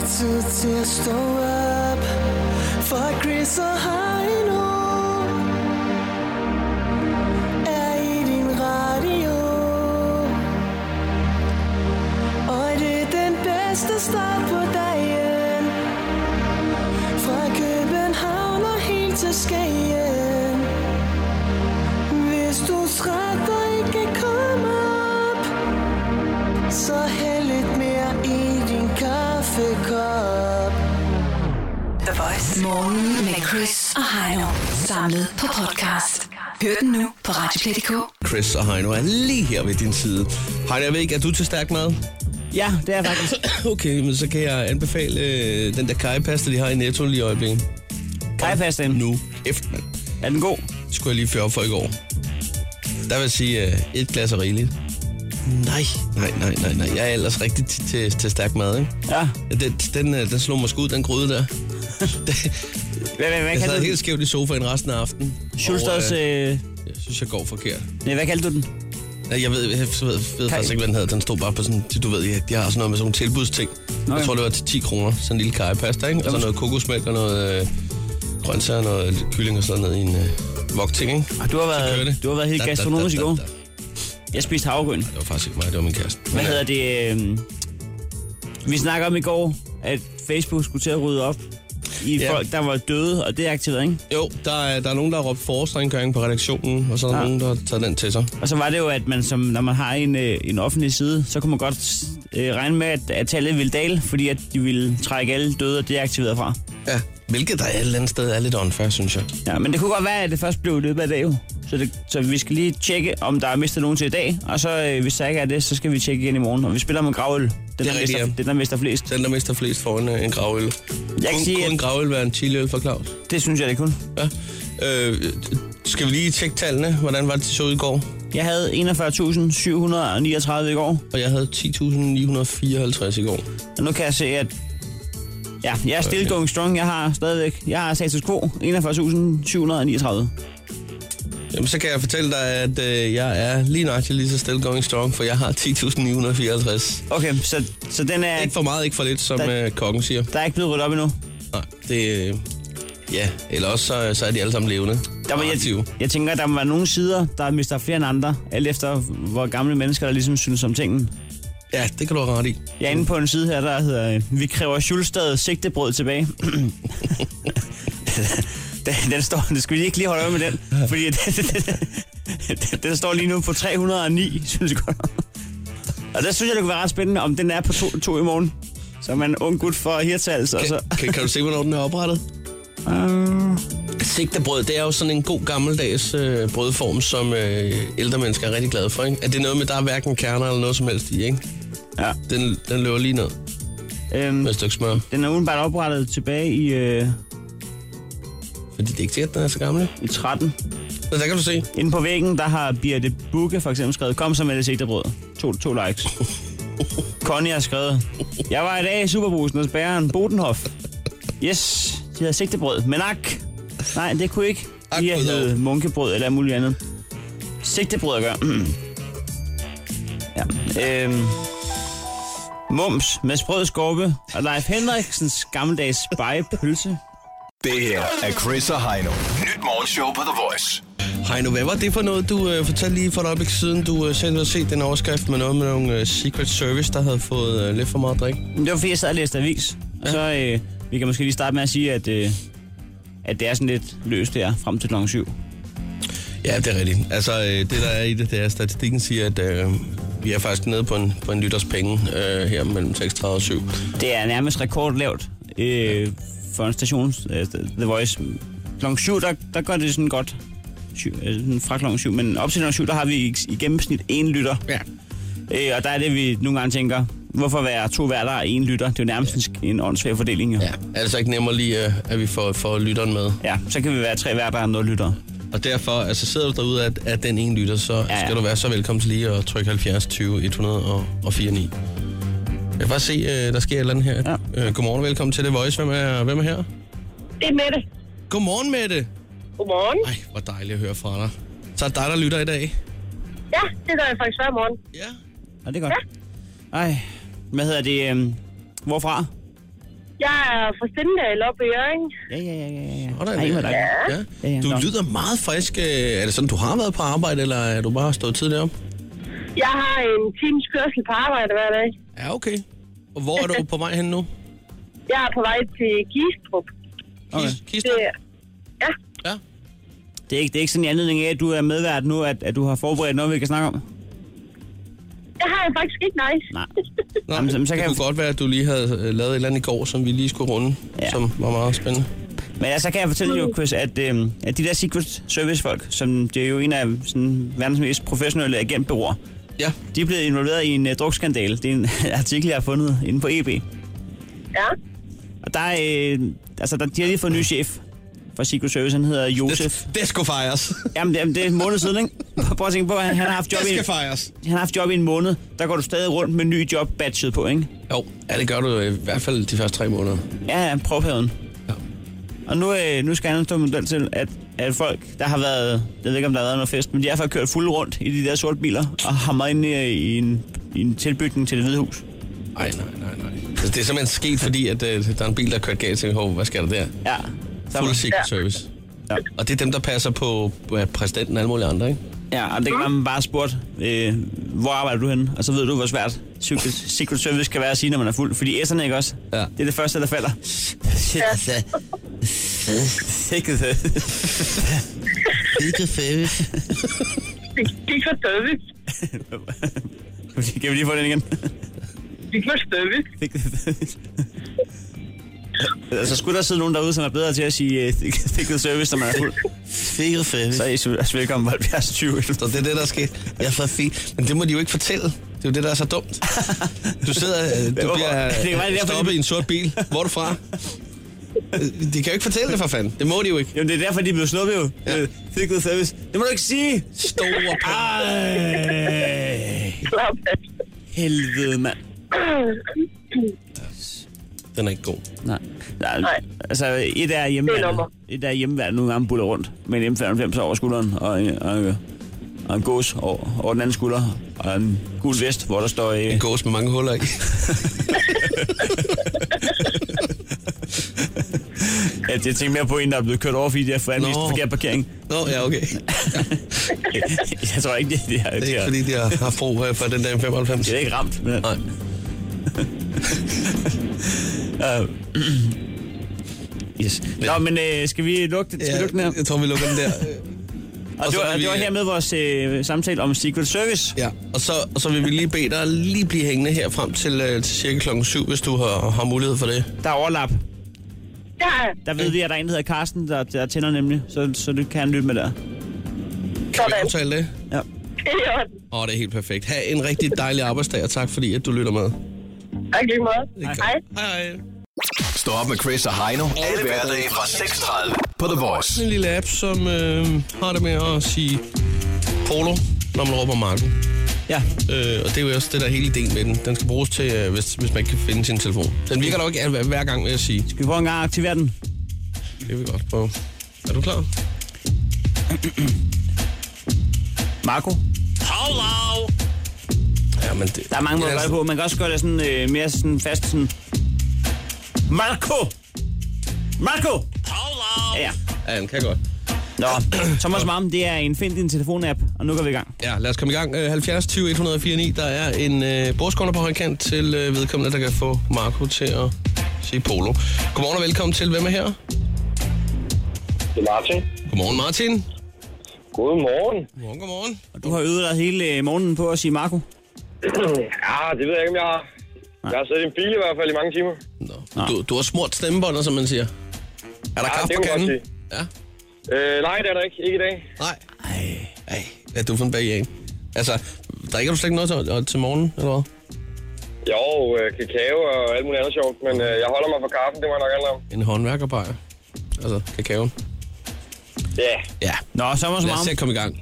tid til at stå op for Chris og Heino er i din radio. Og det er den bedste start på dagen. Fra København og helt til Skagen. Hvis du er træt og ikke kan komme op, så hæld lidt mere i din kaffekop. The Voice. Morgen med Chris og Heino. Samlet på podcast. Hør den nu på Radioplay.dk. Chris og Heino er lige her ved din side. Heino, jeg ved ikke, er du til stærk mad? Ja, det er faktisk. Okay, men så kan jeg anbefale den der kajepasta, de har i Netto lige i øjeblikket. Kajepasta? Nu. Efter, mand. Er den god? Skulle jeg lige føre op for i går. Der vil jeg sige, et glas er rigeligt. Nej. Jeg er ellers rigtig til stærk mad, ikke? Ja. Den slog mig skud, den gryde der. Jeg sad helt skævt i sofaen resten af aftenen. Schulsters... Jeg synes, jeg går forkert. Nej, hvad kaldte du den? Ja, jeg ved faktisk ikke, hvad den hedder. Den stod bare på sådan... Du ved, de har sådan noget med sådan nogle tilbudsting. Okay. Jeg tror, det var til 10 kroner. Sådan en lille kajepasta, ikke? Og så noget kokosmælk og noget grøntsager og noget kylling og sådan noget i en vokting, ikke? Du har været helt gastronomisk i går. Jeg spiste havregryn. Det var faktisk ikke mig, det var min kæreste. Hvad hedder det? Vi snakker om i går, at Facebook skulle til at rydde op i folk, der var døde, og det er aktiveret, ikke? Jo, der er nogen, der har råbt forårsrengøring på redaktionen, og så er der nogen, der har taget den til sig. Og så var det jo, at man når man har en offentlig side, så kunne man godt regne med, at tallet ville dale, fordi at de ville trække alle døde og deaktiveret fra. Ja, hvilket der er et eller andet sted er lidt unfair, synes jeg. Ja, men det kunne godt være, at det først blev i løbet af dag. Så vi skal lige tjekke, om der er mistet nogen til i dag, og så hvis der ikke er det, så skal vi tjekke igen i morgen. Og vi spiller med gravøl. Den der mister flest. Den, der mister flest får en gravøl. Jeg kan sige, kunne en gravøl være en chiliøl for Claus? Det synes jeg, det kunne. Ja. Skal vi lige tjekke tallene? Hvordan var det så ud i går? Jeg havde 41.739 i går. Og jeg havde 10.954 i går. Og nu kan jeg se, at jeg er still going strong. Jeg har status quo 41.739. Jamen, så kan jeg fortælle dig, at jeg er lige så still going strong, for jeg har 10.954. Okay, så den er... Ikke for meget, ikke for lidt, som kokken siger. Der er ikke blevet ryddet op endnu? Nej, det... Ja, eller også så er de alle sammen levende. Jeg tænker, at der må være nogle sider, der mister flere end andre, alt efter hvor gamle mennesker, der ligesom synes om tingene. Ja, det kan du have ret i. Jeg er inde på en side her, der hedder Vi kræver Schulstad sigtebrød tilbage. Den står, det skal vi ikke lige holde øje med den, fordi den står lige nu på 309, synes jeg godt. Og der synes jeg, det kunne være ret spændende, om den er på 2 i morgen. Så er man en ung gut for Hirtshals. Kan du se, hvornår den er oprettet? Sigtebrød, det er jo sådan en god gammeldags brødform, som ældre mennesker er rigtig glade for, ikke? Er det noget med, der er hverken kerner eller noget som helst i, ikke? Ja. Den løber lige ned. Med et stykke smør. Den er udenbart oprettet tilbage i... Fordi det er ikke sikkert, den er så gammel. I 13. Så der kan du se. Inde på væggen, der har Birte Bukke for eksempel skrevet, kom så med det sigtebrød. 2 likes. Connie har skrevet, jeg var i dag i Superbrusen hos bæreren Bodenhof. Yes, de havde sigtebrød. Men nej, det kunne ikke. De havde munkebrød eller muligt andet. Sigtebrød at gøre. Ja. Mums med sprød skorpe og Leif Henriksens gammeldags spegepølse. Det her er Chris og Heino. Nyt morgenshow på The Voice. Heino, hvad var det for noget, du fortalte lige for et øjeblik siden? Du selv havde set den overskrift med noget med nogle Secret Service, der havde fået lidt for meget drik. Det var fordi, jeg sad og læste avis. Ja. Så vi kan måske lige starte med at sige, at det er sådan lidt løst her frem til kl. 7. Ja, det er rigtigt. Altså, det der er i det, det er, statistikken siger, at vi er faktisk nede på en lytters penge her mellem 36 og 7. Det er nærmest rekordlavt for en station, The Voice. Klokken 7, der går det sådan godt. Fra klokken 7, men op til klokken 7, der har vi i gennemsnit 1 lytter. Ja. Og der er det, vi nogle gange tænker, hvorfor være 2 værter og 1 lytter? Det er jo nærmest en åndssvær fordeling. Jo. Ja, er det så ikke nemmere lige, at vi får lytteren med? Ja, så kan vi være 3 værter og 0 lytter. Og derfor, altså sidder du derude af den ene lytter, så skal du være så velkommen til lige at trykke 70 20 104 9. Jeg kan bare se, der sker et eller andet her. Ja. Godmorgen og velkommen til The Voice. Hvem er her? Det er Mette. Godmorgen, Mette. Godmorgen. Ej, hvor dejligt at høre fra dig. Så er det dig, der lytter i dag? Ja, det gør jeg faktisk hver morgen. Ja. Ja, det er godt. Ja. Ej, hvad hedder det? Hvorfra? Jeg er fra Sindal oppe i Hjørring. Ja. Du lyder meget frisk. Er det sådan, du har været på arbejde, eller er du bare stået tidligt op? Jeg har en times kørsel på arbejde hver dag. Ja, okay. Og hvor er du på vej hen nu? Jeg er på vej til Gistrup. Okay. Kistrup? Ja. Ja. Det er ikke sådan en anledning af, at du er medvært nu, at du har forberedt noget, vi kan snakke om? Det har jeg faktisk ikke, nej. Nå, Jamen, så kan det kunne godt være, at du lige havde lavet et eller andet i går, som vi lige skulle runde, som var meget spændende. Men så kan jeg fortælle jo, Chris, at de der Secret Service-folk, som det er jo en af sådan, verdens mest professionelle agentbureauer, Ja. de er blevet involveret i en drukskandale. Det er en artikel, jeg har fundet inde på EB. Ja. Og der er, de har lige fået en ny chef fra Secret Service, han hedder Josef. Det skal fejres. Jamen, det er en måned siden, ikke? Prøv at tænke på, han har haft job han har haft job i en måned. Der går du stadig rundt med ny job badget på, ikke? Jo, ja, det gør du i hvert fald de første 3 måneder. Ja, prøveperioden. Ja. Og nu skal han stå model til, at folk, der har været, jeg ved ikke, om der har været noget fest, men de har kørt fuldt rundt i de der sorte biler og hamret ind i en tilbygning til Det Hvide Hus. Nej. Altså, det er simpelthen sket, fordi at, der er en bil, der er kørt galt til. Hvad skal der der? Ja. Fuld Secret Service. Ja. Og det er dem, der passer på præsidenten og alle mulige andre, ikke? Ja, og det kan man bare spurgt, hvor arbejder du henne? Og så ved du, hvor svært Secret Service kan være at sige, når man er fuld. Fordi S'erne, ikke også? Ja. Det er det første, der falder. Secret Service. Secret Service. Kan vi lige få den igen? Secret Service. Så skulle der sidde nogen derude, som er bedre til at sige Secret Service, når man er fuld. Secret Service. Så er I velkommen på 70-20. Så det er det, der sker. Jeg er for fint. Men det må de jo ikke fortælle. Det er jo det, der er så dumt. Du sidder, du bliver stoppet i en sort bil. Hvor er du fra? De kan jo ikke fortælle det, for fanden. Det må de jo ikke. Jamen, det er derfor, de blev snuppet jo. Ja. Secret Service. Det må du ikke sige. Store helvede, mand. Den er ikke god. Nej. Altså, et er hjemmeværende nogle gange buller rundt med en M95 over skulderen og en gås over den anden skulder og en gul vest, hvor der står... En gås med mange huller i. Ja, jeg tænker mere på en, der er blevet kørt over, fordi de har fået anvist forkert parkering. Nå, ja, okay. Jeg tror ikke, det er... Det er ikke, fordi de har haft brug for den der M95. Det er ikke ramt. Men... Nej. Yes. Nå, men skal vi lukke den her? Jeg tror, vi lukker den der. Og det var her med vores samtale om Secret Service. Ja, og så vil vi lige bede dig lige blive hængende her frem til cirka klokken 7, hvis du har mulighed for det. Der er overlap. Ja. Der ved vi, at der er en, der hedder Carsten, der tænder nemlig, så det kan han lytte med der. Kan vi aftale det? Ja. Det er helt perfekt. Ha' en rigtig dejlig arbejdsdag, og tak fordi, at du lytter med. Tak lige meget. Hej. Hej. Stå op med Chris og Heino. Alle hverdage fra 6:30 på The Voice. En lille app, som har det med at sige polo, når man råber Marco. Ja. Og det er jo også det, der er hele ideen med den. Den skal bruges til, hvis man ikke kan finde sin telefon. Den virker dog ikke hver gang, vil jeg sige. Skal vi prøve en gang at aktivere den? Det vil vi godt prøve. Er du klar? Marco? Hello! Ja, men det... Der er mange måder at gøre det på. Man kan også gøre det sådan mere sådan fast sådan... Marco! Marco! Hello! Ja. Ja, den kan godt. Nå, Thomas Marm, det er en find din telefon-app, og nu går vi i gang. Ja, lad os komme i gang. 70 20 104 9. Der er en bordskunder på højkant til vedkommende, der kan få Marco til at sige polo. Godmorgen og velkommen til. Hvem er her? Det er Martin. Godmorgen, Martin. Godmorgen. Godmorgen. Og du har øvet dig hele morgenen på at sige Marco? Ja, det ved jeg ikke, om jeg har. Jeg har siddet i en bil i hvert fald i mange timer. Nå. Du har smurt stemmebåndet, som man siger. Er der kaffe på kanden? Ja. Nej, det er der ikke. Ikke i dag. Nej. Ej. Hvad er du for en bagian? Altså, drikker du slet ikke noget til morgen, eller hvad? Jo, kakao og alt muligt andet sjovt, men jeg holder mig for kaffen, det må jeg nok handle om. En håndværkerbajer. Altså, kakaoen. Ja. Nå, så må Lad os se at komme i gang.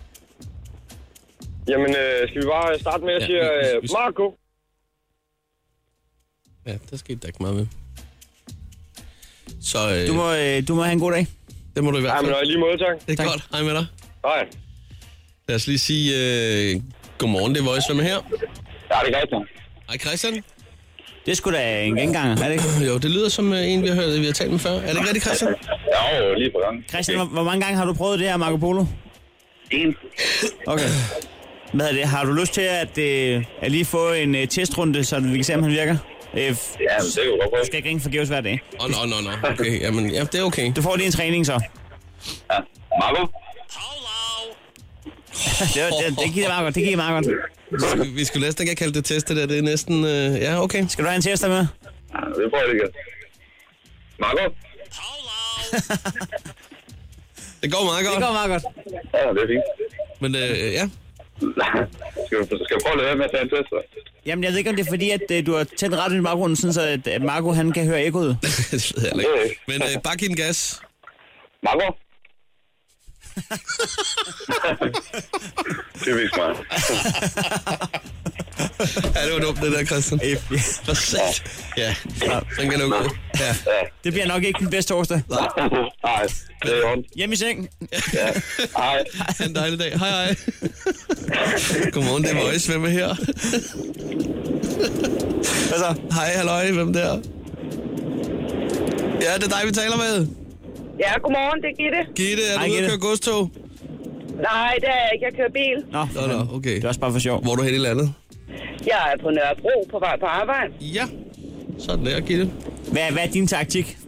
Jamen, skal vi bare starte med at sige Marco? Ja, der skete der ikke meget med. Så, du må have en god dag. Det må du i hvert fald. Ja, men lige måde, tak. Det er godt. Hej med dig. Hej. Lad os lige sige godmorgen, det er Voice. Hvem er her? Ja, det er Christian. Hej Christian. Det er sgu da en genganger, er det ikke? Jo, det lyder som en, vi har talt med før. Er det ikke rigtigt, Christian? Ja, lige på gang. Christian, hvor mange gange har du prøvet det her Marco Polo? En. Okay. Hvad er det? Har du lyst til at lige få en testrunde, så vi kan se, om han virker? Ja, men det kan du godt prøve. Du skal ikke ringe forgæves hver dag. Nå. Okay, jamen, ja, det er okay. Du får lige en træning, så. Ja. Marco? Det giver meget godt, det giver meget godt. Vi skulle næsten ikke have kaldt det test, det der. Det er næsten... ja, okay. Skal du have en tester med? Ja, det prøver jeg lige igen. Marco? Det går meget godt. Det går meget godt. Ja, det er fint. Men ja. Skal du prøve at lade være med at tage en test, så? Jamen, jeg ved ikke, om det er fordi, at du har tændt radioen i baggrunden, sådan så at Marco, han kan høre ekkoet. Det ved jeg heller ikke. Men bare giv den gas. Marco? Typisk mig. Ja, det var dumt, det der, Christian. For sat. Ja, den kan nu gå. Ja. Det bliver nok ikke den bedste torsdag. Nej, det er ondt. Hjemme i sengen. Ja. Hej. En dejlig dag. Hej. Godmorgen, det er Voice. Hvem er her? Hvad så? Hej, halløj. Hvem der? Ja, det er dig, vi taler med. Ja, godmorgen, det er Gitte. Gitte, er Hej, du ude at Gitte. køre godstog? Nej, det er jeg ikke. Jeg kører bil. Nå, okay. Det er også bare for sjov. Hvor er du hen i landet? Jeg er på Nørrebro på vej på arbejde. Ja. Sådan der, Gitte. Hvad er din taktik?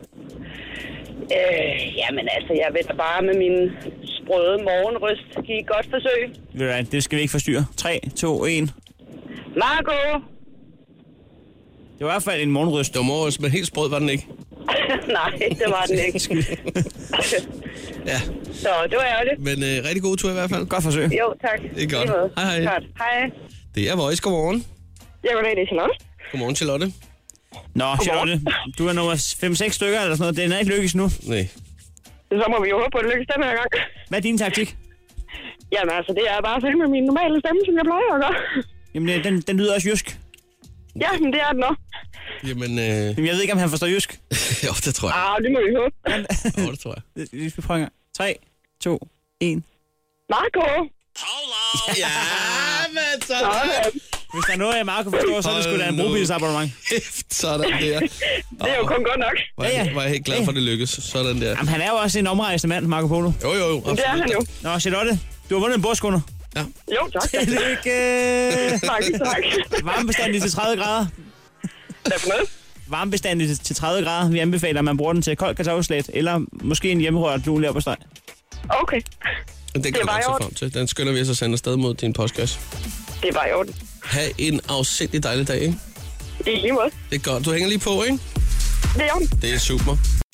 Jamen altså, jeg vil da bare med min sprøde morgenryst give et godt forsøg. Ved du hvad, det skal vi ikke forstyrre. 3, 2, 1. Marco! Det var i hvert fald en morgenryst. Det var morges, men helt sprød var den ikke. Nej, det var den ikke. Ja, Så det var ærgerligt. men rigtig god tur i hvert fald. Godt forsøg. Jo, tak. Det er godt. Lige måde. Hej. Godt. Hej. Det er Voice. Godmorgen. Jeg går det er Charlotte. Godmorgen, Charlotte. Nå, Charlotte, du er nummer 5-6 stykker eller sådan noget. Den er ikke lykkes nu. Nej. Så må vi jo håbe på, at det lykkes den her gang. Hvad er din taktik? Jamen altså, det er bare at finde med min normale stemme, som jeg plejer at gøre. Jamen, den lyder også jysk. Ja, men det er den også. Jamen, Jamen, jeg ved ikke, om han forstår jysk. jo, det tror jeg. Det må vi håbe. Jo, det tror jeg. Vi skal prøve en gang. 3, 2, 1. Marco! Ja, men så... Sådan. Hvis der er noget, jeg Marco forstår, så er det sgu da en brobilsabonnement. Sådan der. Det er jo kun godt nok. Var jeg helt glad for, at det lykkes. Sådan der. Jamen, han er jo også en omrejsende mand, Marco Polo. Jo, absolut. Det er han jo. Nå, Charlotte, du har vundet en bordskunder. Ja. Jo, tak. Tillykke! Tak. Varmebestandig til 30 grader. Hvad for noget? Varmebestandig til 30 grader. Vi anbefaler, at man bruger den til kold kartoffelslæt, eller måske en hjemmerørt lulever på steg. Okay. Men det kan du var godt i se orden. frem til. Den skynder vi os at sende afsted mod din postkasse. Det var i orden. Ha' en afsindig dejlig dag, ikke? I lige måde. Det er godt. Du hænger lige på, ikke? Det er i orden. Det er super.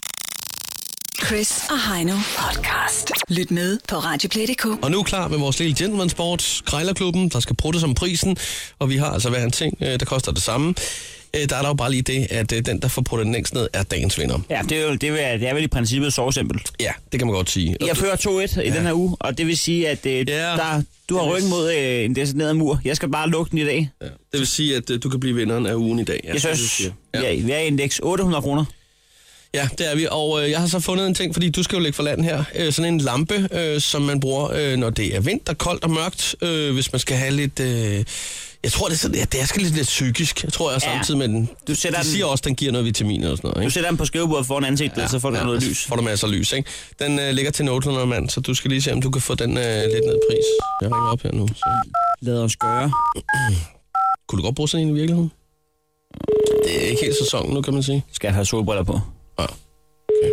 Chris og Heino podcast. Lyt med på Radioplay.dk. Og nu er klar med vores lille gentleman sport, Krejlerklubben, der skal prutte som prisen. Og vi har altså hver en ting, der koster det samme. Der er der jo bare lige det, at den, der får pruttet længst ned, er dagens vinder. Ja, det er vel i princippet så simpelt. Ja, det kan man godt sige. Jeg fører 2-1 i den her uge, og det vil sige, at du har ryggen mod en decideret mur. Jeg skal bare lukke den i dag. Ja, det vil sige, at du kan blive vinderen af ugen i dag. Ja, Jeg synes, vi er i indeks 800 kroner. Ja, det er vi, og jeg har så fundet en ting, fordi du skal jo lægge for land her. Sådan en lampe, som man bruger, når det er vinter, koldt og mørkt. Hvis man skal have lidt... jeg tror, det er, sådan, det er sgu lidt psykisk, jeg tror jeg, samtidig med den. Du sætter de siger også, at den giver noget vitamin og sådan noget, ikke? Du sætter den på skrivebordet foran ansigtet, så får du noget lys. Så får du masser af lys, ikke? Den ligger til 800 mand, så du skal lige se, om du kan få den lidt ned i pris. Jeg ringer op her nu. Så. Lad os gøre. Kunne du godt bruge sådan en i virkeligheden? Det er ikke helt sæsonen nu, kan man sige. Skal jeg have solbriller på? Ja. Okay.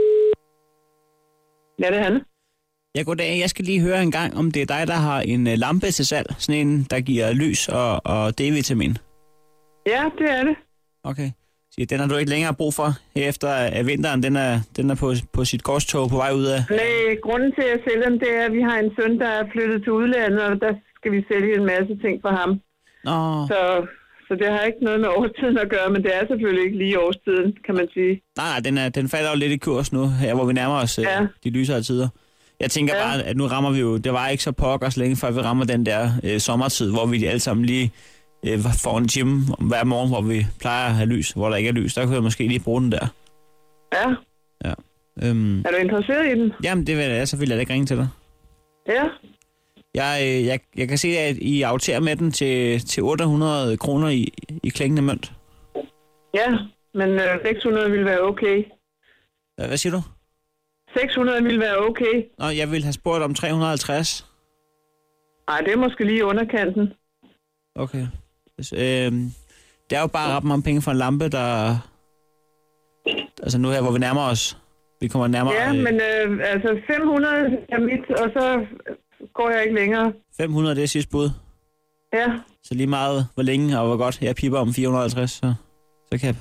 Ja, det er han. Ja, goddag. Jeg skal lige høre en gang, om det er dig, der har en lampe til salg. Sådan en, der giver lys og D-vitamin. Ja, det er det. Okay. Så den har du ikke længere brug for efter at vinteren. Den er på sit korstog på vej ud af... Nej, grunden til at sælge dem, det er, at vi har en søn, der er flyttet til udlandet, og der skal vi sælge en masse ting for ham. Nå. Så det har ikke noget med årstiden at gøre, men det er selvfølgelig ikke lige årstiden, kan man sige. Nej, den falder jo lidt i kurs nu, her hvor vi nærmer os de lysere tider. Jeg tænker bare, at nu rammer vi jo... Det var ikke så pokkers længe, før vi rammer den der sommertid, hvor vi alle sammen lige får en gym hver morgen, hvor vi plejer at have lys, hvor der ikke er lys. Der kunne jeg måske lige bruge den der. Ja. Ja. Er du interesseret i den? Jamen, det vil jeg selvfølgelig da ikke ringe til dig. Ja. Jeg kan se, at I aftager med den til 800 kroner i klingende mønt. Ja, men 600 ville være okay. Hvad siger du? 600 ville være okay. Nå, jeg ville have spurgt om 350. Nej, det er måske lige underkanten. Okay. Det er jo bare ret mange penge for en lampe, der... Altså nu her, hvor vi nærmer os. Vi kommer nærmere... Ja, men altså 500 er mit, og så går jeg ikke længere. 500, det er sidste bud. Ja. Så lige meget, hvor længe og hvor godt jeg pipper om 450, så kan jeg...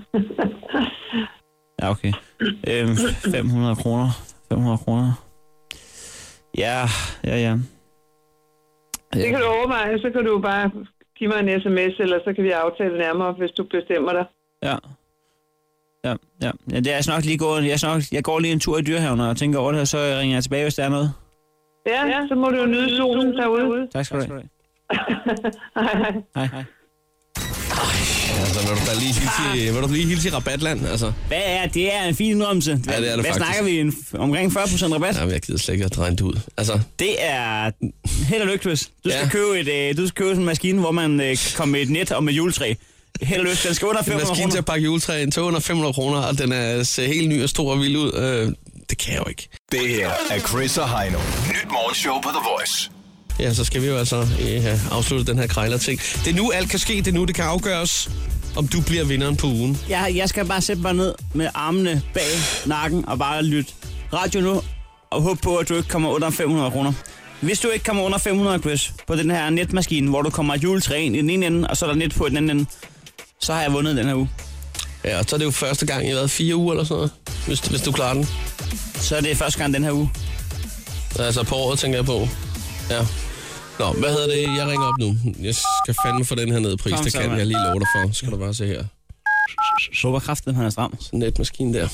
Ja, okay. 500 kroner. 500 kroner. Ja. Det kan du overveje, så kan du bare give mig en sms, eller så kan vi aftale nærmere, hvis du bestemmer dig. Ja, det er nok lige gået. Jeg går lige en tur i Dyrehaven og tænker over det, og så ringer jeg tilbage, hvis der er noget. Ja, så må du jo nyde solen derude. Tak skal du have. Hej. Altså, vil du lige hilse i Rabatland, altså? Hvad er det? Det er en fin indrømmelse. Ja, det er det Hvad faktisk. snakker vi? Omkring 40% rabat? Ja, men jeg gider slet ikke at dreje det ud. Altså. Det er held og lykke, Chris. Du skal købe sådan en maskine, hvor man kan komme med et net og med juletræ. Held og lykke. Den skal under 500 kroner. En maskine til at pakke juletræen til under 500 kroner, og den ser helt ny og stor og vild ud. Det kan jeg jo ikke. Det her er Chris og Heino. Nyt morgenshow på The Voice. Ja, så skal vi jo altså afslutte den her krejler-ting. Det er nu, alt kan ske. Det er nu, det kan afgøres, om du bliver vinderen på ugen. Ja, jeg skal bare sætte mig ned med armene bag nakken og bare lytte radio nu, og håbe på, at du ikke kommer under 500 kroner. Hvis du ikke kommer under 500, Chris, på den her netmaskine, hvor du kommer juletræ ind i den ene ende, og så er der net på den anden ende, så har jeg vundet den her uge. Ja, og så er det jo første gang i 4 uger eller sådan noget, hvis du klarer den. Så er det første gang den her uge. Altså på året, tænker jeg på. Ja. Nå, hvad hedder det? Jeg ringer op nu. Jeg skal fandme få den her ned i pris. Det kan jeg lige love dig for. Skal du bare se her. Håber kraften, han er stram. Sådan en netmaskine der.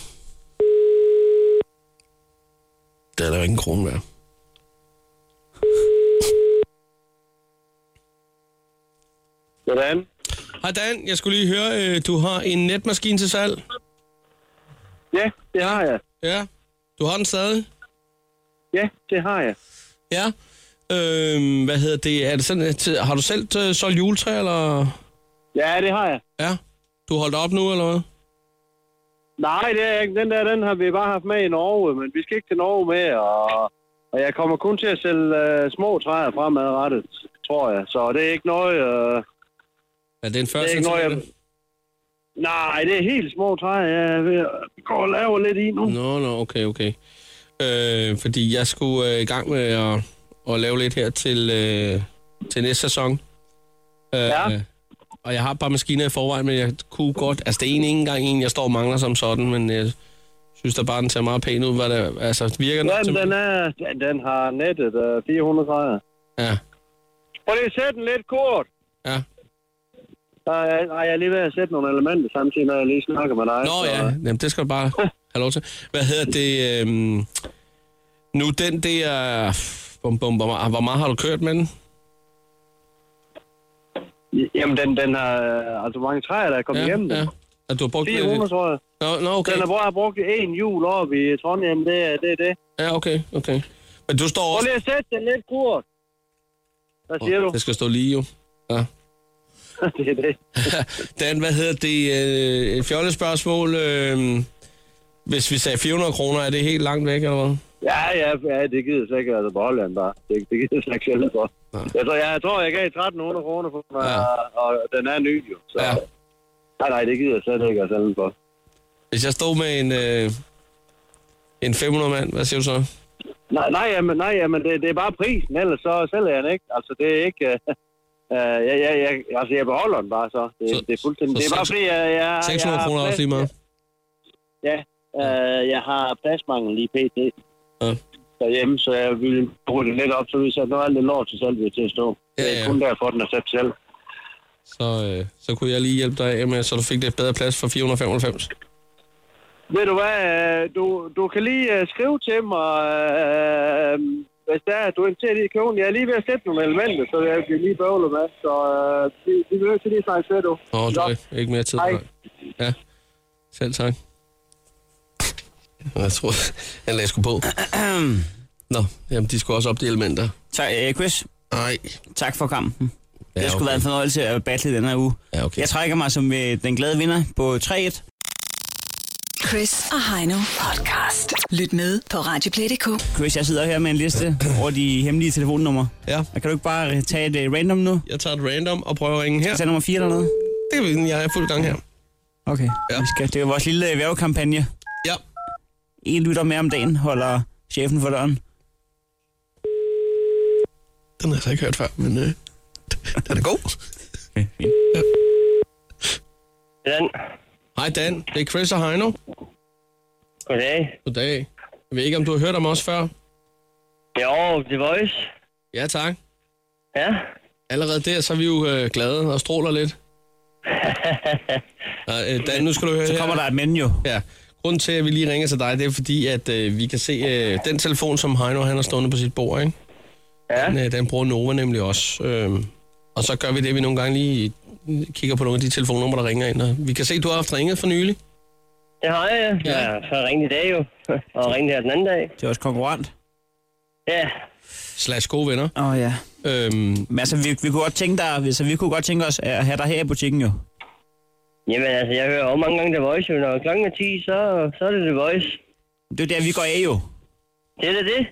Det er der jo ingen krone værd. Hvordan? Hej Dan, jeg skulle lige høre, du har en netmaskine til salg. Ja, det har jeg. Ja, du har den stadig? Ja, det har jeg. Ja. Hvad hedder det? Er det sådan, har du selv solgt juletræ, eller? Ja, det har jeg. Ja. Du holdt op nu, eller hvad? Nej, det er ikke. Den har vi bare haft med i Norge, men vi skal ikke til Norge med, og jeg kommer kun til at sælge små træer fremadrettet, tror jeg. Så det er ikke noget... Er det en første? Det er ikke noget, Nej, det er helt små træer, jeg går og laver lidt i nu. Nå, okay. Fordi jeg skulle i gang med at lave lidt her til næste sæson. Ja. Og jeg har bare maskiner i forvejen, men jeg kunne godt... Altså, det er ikke engang en, jeg står og mangler som sådan, men jeg synes da bare, den ser meget pæn ud. Hvad det, altså, virker den? Ja, den har nettet 400 grader. Ja. Prøv lige at sætte den lidt kort. Ja. Jeg er lige ved at sætte nogle elementer samtidig, når jeg lige snakker med dig. Nå ja, jamen, det skal du bare have lov til. Hvad hedder det? Nu den der... Hvor meget har du kørt med den? Jamen, den har... Altså, hvor mange træer, der er kommet hjem. Ja. Du har brugt 400, tror jeg. Nå, okay. Den har brugt en jul oppe i Trondheim, det er det. Ja, okay. Men du står også... Prøv lige at sætte den lidt kort. Hvad siger du? Det skal stå lige, jo. Ja. Det er det. Dan, hvad hedder det? Et fjollet spørgsmål. Hvis vi sagde 400 kroner, er det helt langt væk, eller hvad? Ja, det gider jeg ikke. Altså, beholde den bare. Det gider jeg ikke selv for. Jeg tror, jeg gav 1.300 kroner for den, og den er ny, jo. Så. Ja. Nej, det gider jeg slet ikke at sælge for. Hvis jeg stod med en 500 mand, hvad siger du så? Nej, jamen det er bare prisen, ellers så sælger jeg den ikke. Altså, det er ikke... jeg beholder den bare så. Det er fuldstændig... Det er bare fordi, jeg 600 kroner også lige meget? Ja, jeg har pladsmangel lige pt. Ja. Derhjemme, så jeg vil bruge det lidt op, så vi sætter alt det lort til selv til at stå. Ja. Det er kun derfor, den er sat selv. Så kunne jeg lige hjælpe dig med, så du fik lidt bedre plads for 495. Ved du hvad, du kan lige skrive til mig, hvis der er, du er interesseret i køben. Jeg er lige ved at sætte nogle elementer, så jeg kan lige bøvle med. Så vi vil til lige snakke til, du. Du er ikke mere tid. Hej. Ja, selv tak. Jeg tror, han lagde sgu på. Nå, jamen de skulle også op de elementer. Tak, Chris. Nej. Tak for kampen. Det har sgu været en fornøjelse at battle den her uge. Ja, okay. Jeg trækker mig som den glade vinder på 3-1. Chris og Heino podcast. Lyt med på Radioplay.dk. Chris, jeg sidder her med en liste over de hemmelige telefonnumre. Ja. Kan du ikke bare tage et random nu? Jeg tager et random og prøver at ringe her. Skal jeg nummer 4 eller noget? Det er jeg er fuld gang her. Okay. Ja. Det er vores lille værvekampagne. Ja. En lytter mere om dagen holder chefen for døren. Den har jeg så ikke hørt før, men den er god. Okay, fint. Ja. Dan. Hej Dan, det er Chris og Heino. Goddag. Goddag. Jeg ved ikke, om du har hørt om os før? Jo, The Voice. Ja, tak. Ja. Allerede der, så er vi jo glade og stråler lidt. Dan, nu skal du høre Så kommer her. der et menu jo. Ja. Grunden til, at vi lige ringer til dig, det er fordi, at vi kan se den telefon, som Heino han har stående på sit bord, ikke? Ja. Den bruger Nova nemlig også. Og så gør vi det, vi nogle gange lige kigger på nogle af de telefonnumre, der ringer ind. Og vi kan se, at du har haft ringet for nylig. Det har jeg. Ja. Ja, så ringte i dag jo. Og ringte her den anden dag. Det er også konkurrent. Ja. / gode venner. Ja. Men altså, vi kunne godt tænke os at have dig her i butikken jo. Jamen altså, jeg hører også mange gange The Voice jo. Når klokken er 10, så er det The Voice. Det er der, vi går af jo. Det er det.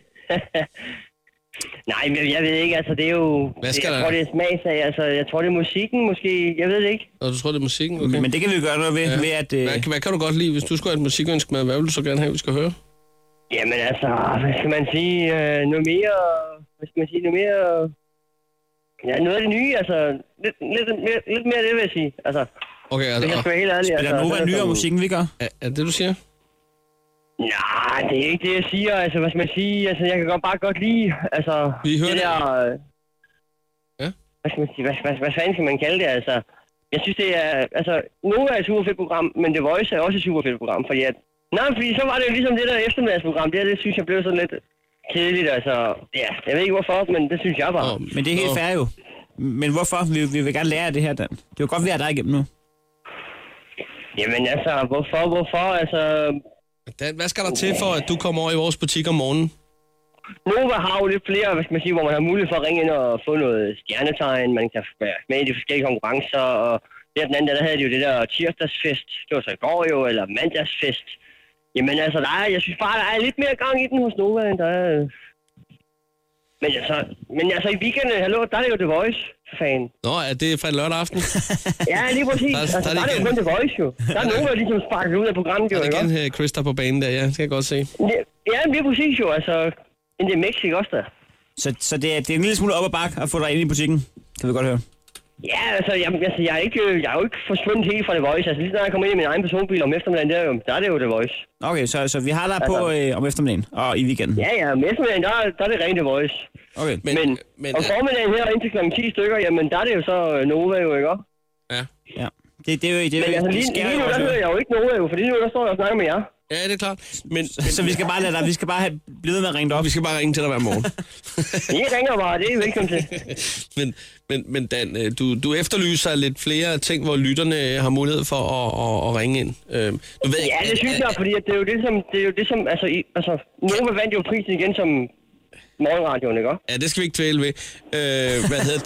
Nej, men jeg ved ikke, altså det er jo... Jeg tror, det er smagsag, altså jeg tror, det er musikken måske, jeg ved det ikke. Og du tror, det er musikken? Okay. Men det kan vi gøre noget ved, ved at... Hvad kan du godt lide, hvis du skulle have et musikønske med? Hvad vil du så gerne have, vi skal høre? Jamen altså, hvad skal man sige, noget mere... Hvad skal man sige, noget mere... Ja, noget af det nye, altså lidt mere det, vil jeg sige. Altså, okay, altså... Det kan sgu være helt ærligt. Spiller altså, Nova nyere musikken, vi gør? Er det, du siger? Nej, det er ikke det, jeg siger. Altså, hvad skal man sige? Altså, jeg kan bare godt lide, altså... Vi hører det der... Ja? Hvad skal man sige? Hvad fanden skal man kalde det, altså? Jeg synes, det er... Altså, Nova er et super fedt program, men The Voice er også et super fedt program, fordi at... Nej, fordi så var det jo ligesom det der eftermiddagsprogram. Det synes jeg blev sådan lidt kedeligt, altså... Ja, jeg ved ikke hvorfor, men det synes jeg bare. Men det er helt fair jo. Men hvorfor? Vi vil gerne lære af det her, Dan. Det er jo godt, vi har dig igennem nu. Jamen altså, hvorfor? Altså... Dan, hvad skal der til for, at du kommer over i vores butik om morgenen? Nova har jo lidt flere, hvad skal man sige, hvor man har mulighed for at ringe ind og få noget stjernetegn. Man kan være med i de forskellige konkurrencer, og der den anden, der havde de jo det der tirsdagsfest. Det var så i går jo, eller mandagsfest. Jamen altså, jeg synes bare, der er lidt mere gang i den hos Nova, end der er... Men altså i weekenden, der er det jo The Voice, for fanden. Nå, er det fra lørdag aften? Ja, lige præcis. Der er det jo kun The Voice, jo. Der er nogen, der ligesom sparker ud af programmet, jo, ikke? Der er igen Chris, der på banen der, ja. Det kan jeg godt se. Ja, lige præcis, jo. Altså, det er Mexico også, der. Så det er en lille smule op ad bakke at få dig ind i butikken, kan vi godt høre. Ja, altså, jeg er jo ikke forsvundet helt fra The Voice. Altså, lige når jeg kommer ind i min egen personbil om eftermiddagen, der er det jo The Voice. Okay, så vi har dig på om eftermiddagen og i weekenden? Ja, om eftermiddagen, der er det rent The Voice. Okay. Men om formiddagen her indtil kl. 10 stykker, jamen der er det jo så Nova jo, ikke? Ja. Det er jo... Men altså, lige nu, der hører jeg jo ikke Nova jo, for lige nu, der står jeg og snakker med jer. Ja, det er klart. Så vi skal bare lade dig, vi skal bare have blevet med at ringe dig op. Vi skal bare ringe til dig hver morgen. I ringer bare, det er velkommen til. Men Dan, du efterlyser lidt flere ting, hvor lytterne har mulighed for at ringe ind. Du ved, ja, det synes jeg, fordi at det er jo det som, altså Nova vandt jo prisen igen som morgenradioen, ikke? Ja, det skal vi ikke tvæle ved. Hvad hedder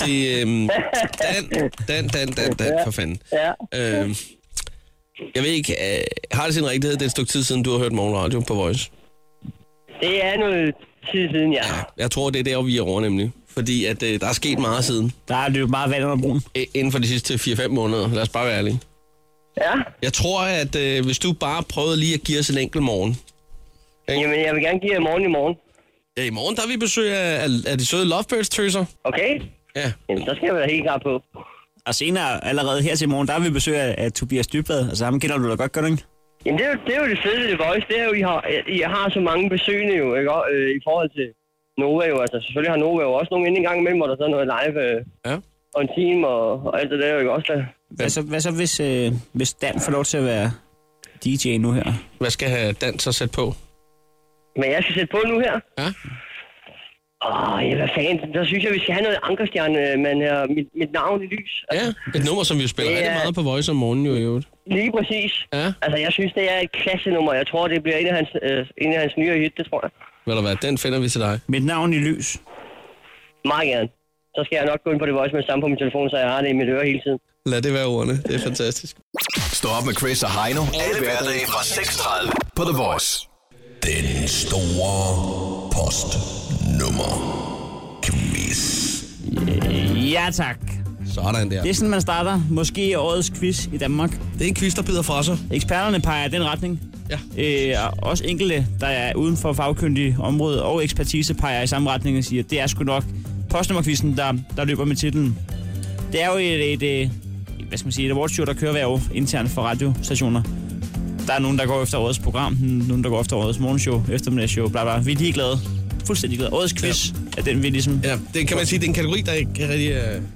det? Dan, for fanden. Ja. Jeg ved ikke, har det sin rigtighed, det er et stykke tid siden, du har hørt morgenradio på Voice? Det er noget tid siden, ja. Jeg tror, det er der, vi er over nemlig. Fordi at der er sket meget siden. Der er det jo bare vand under broen. Inden for de sidste 4-5 måneder. Lad os bare være ærlige. Ja. Jeg tror, at hvis du bare prøvede lige at give os en enkelt morgen. Ikke? Jamen, jeg vil gerne give jer morgen i morgen. Ja, i morgen der har vi besøg af de søde Lovebirds-tøser. Okay. Ja. Jamen, så skal jeg være helt klar på. Og senere, allerede her til morgen, der har vi besøg af Tobias Dybvad. Altså ham kender du da godt, gør du ikke? Jamen, det er jo det fede ved Voice. Det er jo, I har så mange besøgende jo, ikke? I forhold til Nova jo. Altså, selvfølgelig har Nova jo også nogle ind i gang imellem, hvor der så er noget live og en team og alt det der jo, ikke også? Hvad så hvis Dan får lov til at være DJ nu her? Hvad skal Dan så sætte på? Men jeg skal sætte på nu her? Ja. Ja, hvad fanden? Der synes jeg, vi skal have noget ankerstjerne, men mit navn i lys. Altså, ja, et nummer, som vi spiller rigtig meget på Voice om morgenen jo i øvrigt. Lige præcis. Ja. Altså, jeg synes, det er et klassenummer. Jeg tror, det bliver en af hans nye hit, det tror jeg. Ved du hvad, den finder vi til dig. Mit navn i lys. Meget gerne. så skal jeg nok gå ind på The Voice med samme på min telefon, så jeg har det i mit øre hele tiden. Lad det være ordene. Det er fantastisk. Stå op med Chris og Heino. Alle hverdage fra 6:30 på The Voice. Den store postnummer quiz. Ja, tak. Sådan der. Det er sådan, man starter. Måske årets quiz i Danmark. Det er en quiz, der bider fra sig. Eksperterne peger i den retning. Ja. Også enkelte, der er uden for fagkyndige område og ekspertise, peger i samme retning og siger, at det er sgu nok postnummerquizzen, der løber med titlen. Det er jo et awardshow, der kører hver år internt for radiostationer. Der er nogen, der går efter årets program, nogen, der går efter årets morgenshow, eftermiddagsshow, bla bla. Vi er ligeglade. Fuldstændig glade. Årets quiz er den, vi ligesom... Ja, det kan man sige, det er en kategori, der ikke rigtig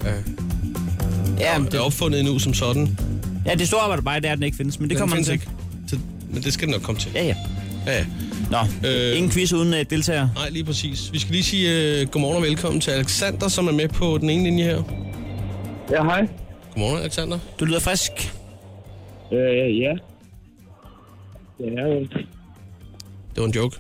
er opfundet endnu som sådan. Ja, det store arbejde bare, det er, at den ikke findes, men det kommer man til. Ikke. Men det skal den nok komme til. Ja. Nå, ingen quiz uden deltager. Nej, lige præcis. Vi skal lige sige godmorgen og velkommen til Alexander, som er med på den ene linje her. Ja, hej. Godmorgen, Alexander. Du lyder frisk. Ja. Ja, Det var en joke.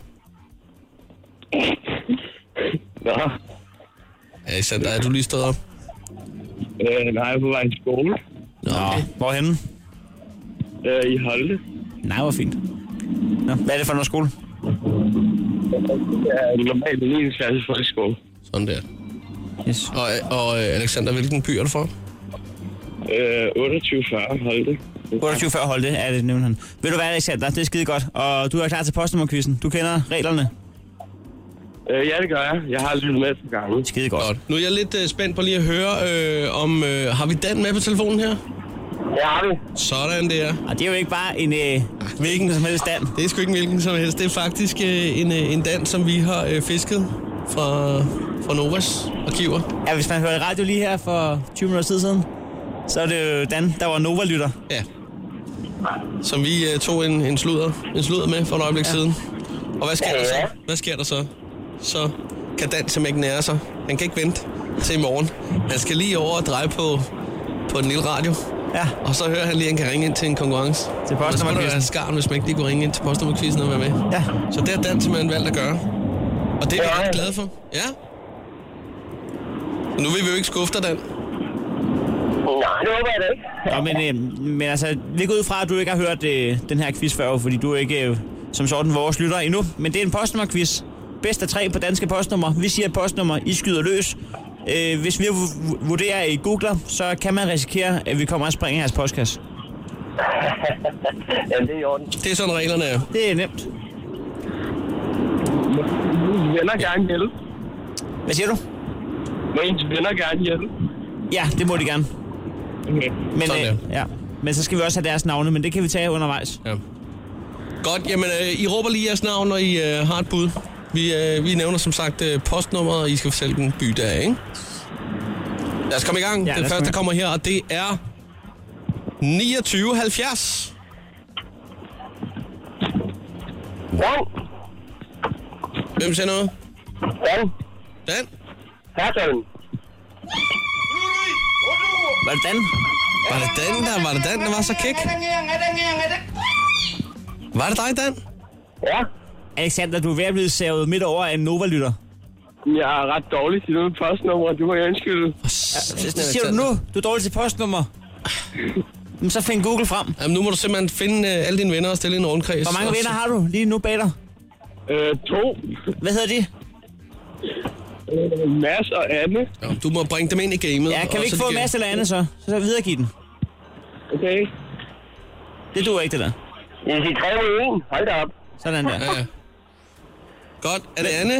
Nå. Alexander, er du lige stået op? Nej, jeg er på vej til skole. Nå, hvorhenne? I Holte. Nej, hvor fint. Nå, hvad er det for noget skole? Ja, normalt 9. klasse folkeskole. Sådan der. Yes. Og Alexander, hvilken by er du fra? 2840 Holte. 2840 Holte er det, nævner han. Ved du hvad, Alexander? Det er skide godt. Og du er klar til postnummerquizzen. Du kender reglerne. Ja, det gør jeg. Jeg har lyttet med på gangen. Skide godt. Nu er jeg lidt spændt på lige at høre, om har vi Dan med på telefonen her? Ja, har vi. Sådan der. Og det er jo ikke bare en hvilken som helst Dan. Det er sgu ikke en hvilken som helst. Det er faktisk en Dan, som vi har fisket fra Novas arkiver. Ja, hvis man hørte radio lige her for 20 minutter siden, så er det jo Dan, der var Nova-lytter. Ja. Som vi tog en sludder med for et øjeblik siden. Og hvad sker der så? Hvad sker der så? Så kan Dan simpelthen ikke nære sig. Han kan ikke vente til i morgen. Han skal lige over og dreje på den lille radio. Ja. Og så hører han lige, at han kan ringe ind til en konkurrence. Til postnummerquizzen. Og så må der være skarn, hvis man ikke lige kunne ringe ind til postnummerquizzen og være med. Ja. Så det har Dan simpelthen valgt at gøre. Og det er vi rigtig glade for. Ja. Nu vil vi jo ikke skuffe dig, Dan. Nej, det håber jeg da ikke. Nå, men altså, vi går ud fra, at du ikke har hørt den her quiz før, fordi du er ikke som sådan vores lytter endnu. Men det er en postnummerquiz. Bedst af 3 på danske postnummer. Vi siger postnummer, I skyder løs. Hvis vi vurderer i Googler, så kan man risikere, at vi kommer og springer jeres postkasse. Ja, det er i orden. Det er sådan reglerne er. Det er nemt. Venner gerne hjælpe. Hvad siger du? Må ens venner gerne hjælpe. Ja, det må de gerne. Okay. Men, Sådan ja. Men så skal vi også have deres navne, men det kan vi tage undervejs. Ja. Godt, jamen I råber lige jeres navn, når I har et bud. Vi nævner som sagt postnummeret, og I skal fortælle den by, der er, ikke? Lad os komme i gang. Ja, Den første kommer her, og det er 2970. Dan. Hvem siger noget? Dan. Dan? Hertøjen. Var det Dan? Var det Dan, der var så kæk? Var det dig, Dan? Ja. Alexander, du er ved at blive savet midt over af en Nova-lytter. Jeg er ret dårlig til noget postnummer. Du må jeg undskylde. Det siger du nu. Du er dårlig til postnummer. Men så find Google frem. Jamen, nu må du simpelthen finde alle dine venner og stille en rundkreds. Hvor mange venner har du lige nu bag dig? 2. Hvad hedder de? Mads og Anne. Ja, du må bringe dem ind i gamet. Ja, kan vi ikke få en masse eller andet så? Så videregive den. Okay. Det duer ikke, det der. Jeg siger 3 mod 1. Hold da op. Sådan der. Ja. Godt. Er det Anne?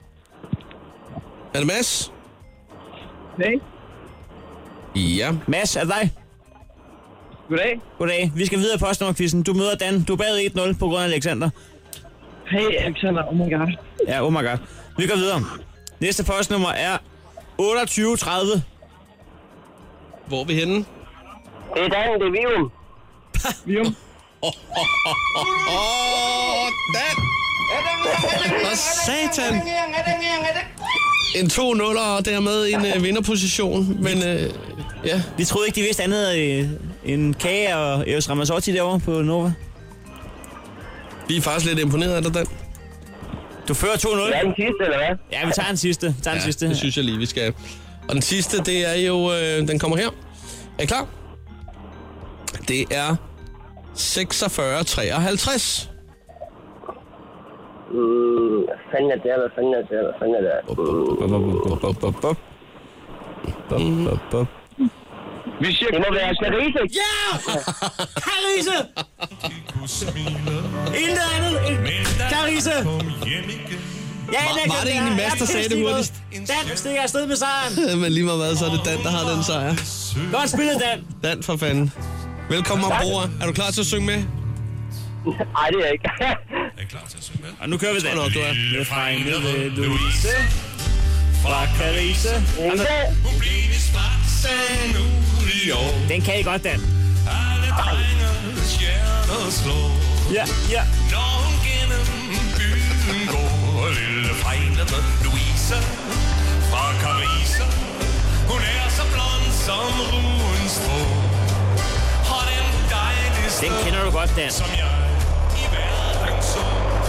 Er det Mads? Nej. Ja. Mads, er det dig? Goddag. Goddag. Vi skal videre på postnummerquizzen. Du møder Dan. Du er bagud 1-0 på grund af Alexander. Hey, Alexander. Oh my god. Ja, oh my god. Vi går videre. Næste postnummer er 2830. Hvor er vi henne? Det er Dan, det er Vium. Vium. Dan! Hvad satan? En 2-0 og dermed en vinderposition, men ja. Vi troede ikke, de vidste andet end Kage og Eos Ramazzotti derovre på Nova. Vi er faktisk lidt imponeret af dig, Dan. Du fører 2-0. Det er den sidste, eller hvad? Ja, vi tager en sidste. Det synes jeg lige, vi skal. Og den sidste, det er jo... den kommer her. Er I klar? Det er 46-53. Hvad fanden er det? Vi siger, det må være Carise. Ja! Carise! Intet andet end Carise! Ja, var det egentlig Mads, der sagde det hurtigst? Dan stikker afsted med sejren. Men lige meget hvad, så er det Dan, der har den sejr. Godt spillet, Dan. Dan, for fanden. Velkommen ombord. Er du klar til at synge med? Nej, det er jeg ikke. Er I klar til at synge med? Og nu kører vi den. Nå, du er. Med Frejne ved Louise. Fra Carise. Hun blev i Spartan ud i år. Den kan I godt, Dan. Alle drenges hjerter slår. Ja. Når hun gennem byen går. Lille Frejne ved Louise. Fra Carise. Hun er så blond som ruens strå. Og den dejligste. Den kender du godt, Dan. Som jeg i verden så.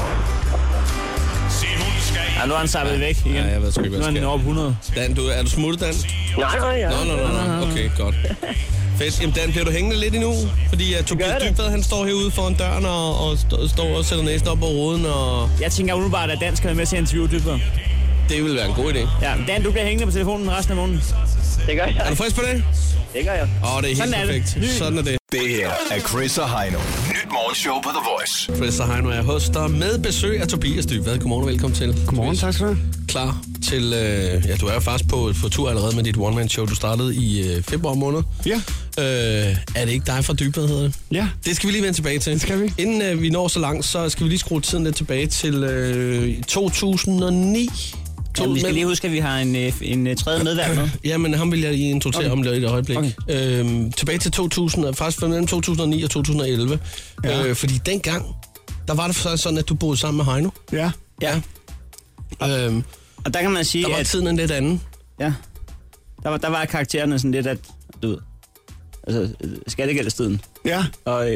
Se, hun skal Ja, nu er han sappet væk igen. Ja, jeg ved sgu ikke, hvad nu er han over 100. Dan, er du smuttet, Dan? Nej. Nå. Okay, godt. Fedt. Jamen, Dan, bliver du hængende lidt endnu? Fordi Tobias Dybvad, han står herude foran døren og står og sætter næsen op på roden. Og... Jeg tænker umiddelbart, at Dan skal være med til at interviewe Dybvad. Det vil være en god idé. Ja, Dan, du bliver hængende på telefonen resten af måneden. Det gør jeg. Er du frisk på det? Det gør jeg. Det er helt Sådan er det. perfekt. Sådan er det. Det her er Chris og Heino. Nyt morgenshow på The Voice. Chris og Heino er hos dig med besøg af Tobias Dybvad. Godmorgen og velkommen til. Godmorgen, tak skal du have. Klar til... du er jo faktisk på tur allerede med dit one-man-show. Du startede i februar måned. Ja. Er det ikke dig fra Dybvad, hedder det? Ja. Det skal vi lige vende tilbage til. Det skal vi. Inden vi når så langt, så skal vi lige skrue tiden lidt tilbage til 2009. Ja, vi skal lige huske, at vi har en tredje medvært med. Ja, men ham vil jeg lige introducere om lidt et øjeblik. Okay. Tilbage til 2000, faktisk mellem 2009 og 2011. Ja. Fordi dengang, der var det sådan, at du boede sammen med Heino. Ja. Ja. Og der kan man sige, der var tiden en lidt anden. Ja. Der var karaktererne sådan lidt, at du ved, altså skattegældestiden. Ja. Og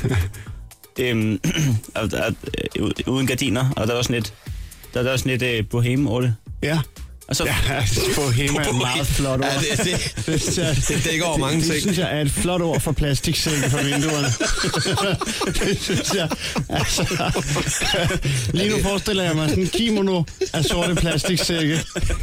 uden gardiner, og der var sådan lidt boheme over det. Ja. Og så boheme er meget flot ord. Ja, det dækker over mange ting. Det synes jeg er et flot ord for plastiksække for vinduerne. Det synes jeg. Altså, lige nu forestiller jeg mig sådan en kimono af sorte plastiksække.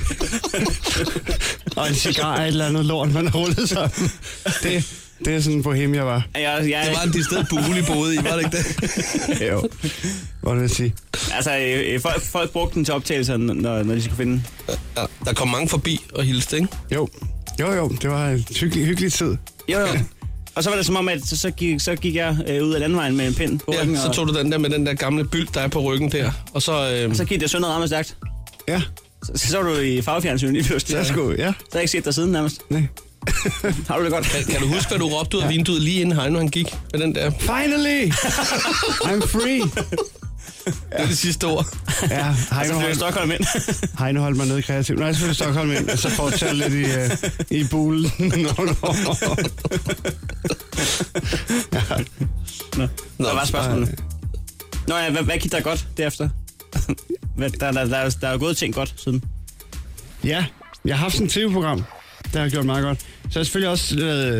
Og en cigar af et eller andet lort, man har rullet sammen. Det er sådan en boheme, jeg var. Det var en decideret bule, I boede i, var det ikke det? Jo. Hvad vil jeg sige? Altså, folk brugte den til optagelser, når de skulle finde. Ja, der kom mange forbi og hilste, ikke? Jo. Det var en hyggelig tid. Jo. Og så var det som om, at så gik jeg ud af landvejen med en pind på ryggen. Ja, så tog du den der med den der gamle byld, der er på ryggen der. Og så gik det sådan noget ramme stærkt. Ja. Så var du i fagfjernsynet lige pludselig. Så har jeg ikke set dig siden nærmest. Nej. Har du det godt? Kan du huske, hvad du råbte ud af vinduet lige inden Heino han gik med den der? Finally! I'm free! Det er det sidste ord. Ja, Heino holdt Stockholm ind. Heino holdt mig nede kreativt. Nej, selvfølgelig Stockholm ind, og så fortsatte lidt i bulen. Hvad var spørgsmålet? Nå ja, hvad gik der godt derefter? Der er gået ting godt siden. Ja, jeg har haft sådan et tv-program. Det har gjort meget godt. Så har jeg selvfølgelig også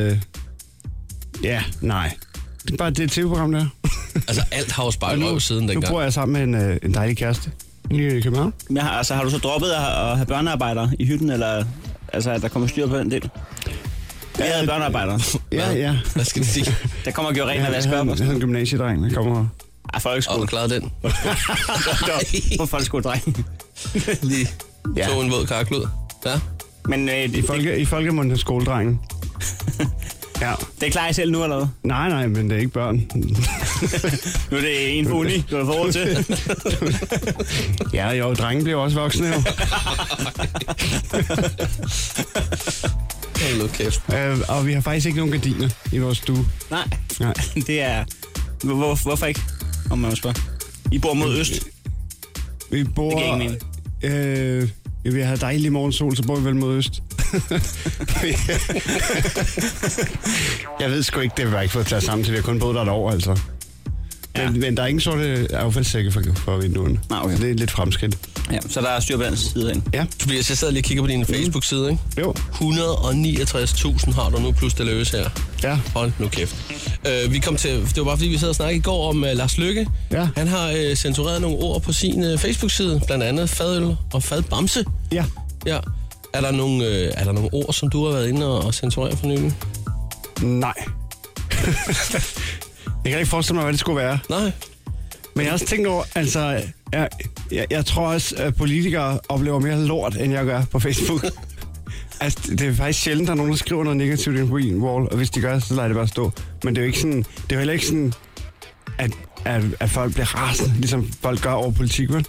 nej. Det er bare det tv-program der. Altså alt har jo spejlet røv siden dengang. Nu bor jeg sammen med en dejlig kæreste i København. Men har du så droppet at have børnearbejdere i hytten, eller altså, at der kommer styr på den del? Jeg havde børnearbejdere. Ja. Hvad skal det sige? Der kommer og gjorde rent af vaske op. Jeg havde en gymnasiedreng, der kommer. Folkeskole. Og du klarede den. På folkeskoledreng. Lige tog en våd karklud. Ja. Men i folkemunden skoledrengen. Ja. Det klarer I selv nu, eller hvad? Nej, men det er ikke børn. Nu er det en for uni, du har forhold til. Ja, jo, drengen bliver også voksne, jo. Og vi har faktisk ikke nogen gardiner i vores stue. Nej. Det er... Hvorfor ikke, om man må spørge? I bor mod øst? Vi bor... Det giver ingen mening. Vi har dejlig morgensol, så bor vi vel mod øst. Jeg ved sgu ikke, det var ikke fået taget sammen til, vi har kun boet der et år, altså. Men der er ingen sorte affaldssække for vinduerne. Okay. Det er lidt fremskridt. Ja, så der er styr på den side hen. Ja. Tobias, jeg sidder lige og kigger på din Facebook-side, ikke? Jo. 169.000 har du nu plus det løse her. Ja. Hold nu kæft. Vi kom til, det var bare fordi, vi sad og snakkede i går om Lars Løkke. Ja. Han har censureret nogle ord på sin Facebook-side, blandt andet fadøl og fadbamse. Ja. Ja. Er der nogle ord, som du har været inde og censurere for nylig? Nej. Jeg kan ikke forestille mig, hvad det skulle være. Nej. Men jeg har også tænkt over, altså, jeg tror også, at politikere oplever mere lort, end jeg gør på Facebook. Altså, det er faktisk sjældent, der er nogen, der skriver noget negativt ind på en wall, og hvis de gør, så lader det bare stå. Men det er jo ikke sådan, det er jo heller ikke sådan, at folk bliver rasende, ligesom folk gør over politik, vel?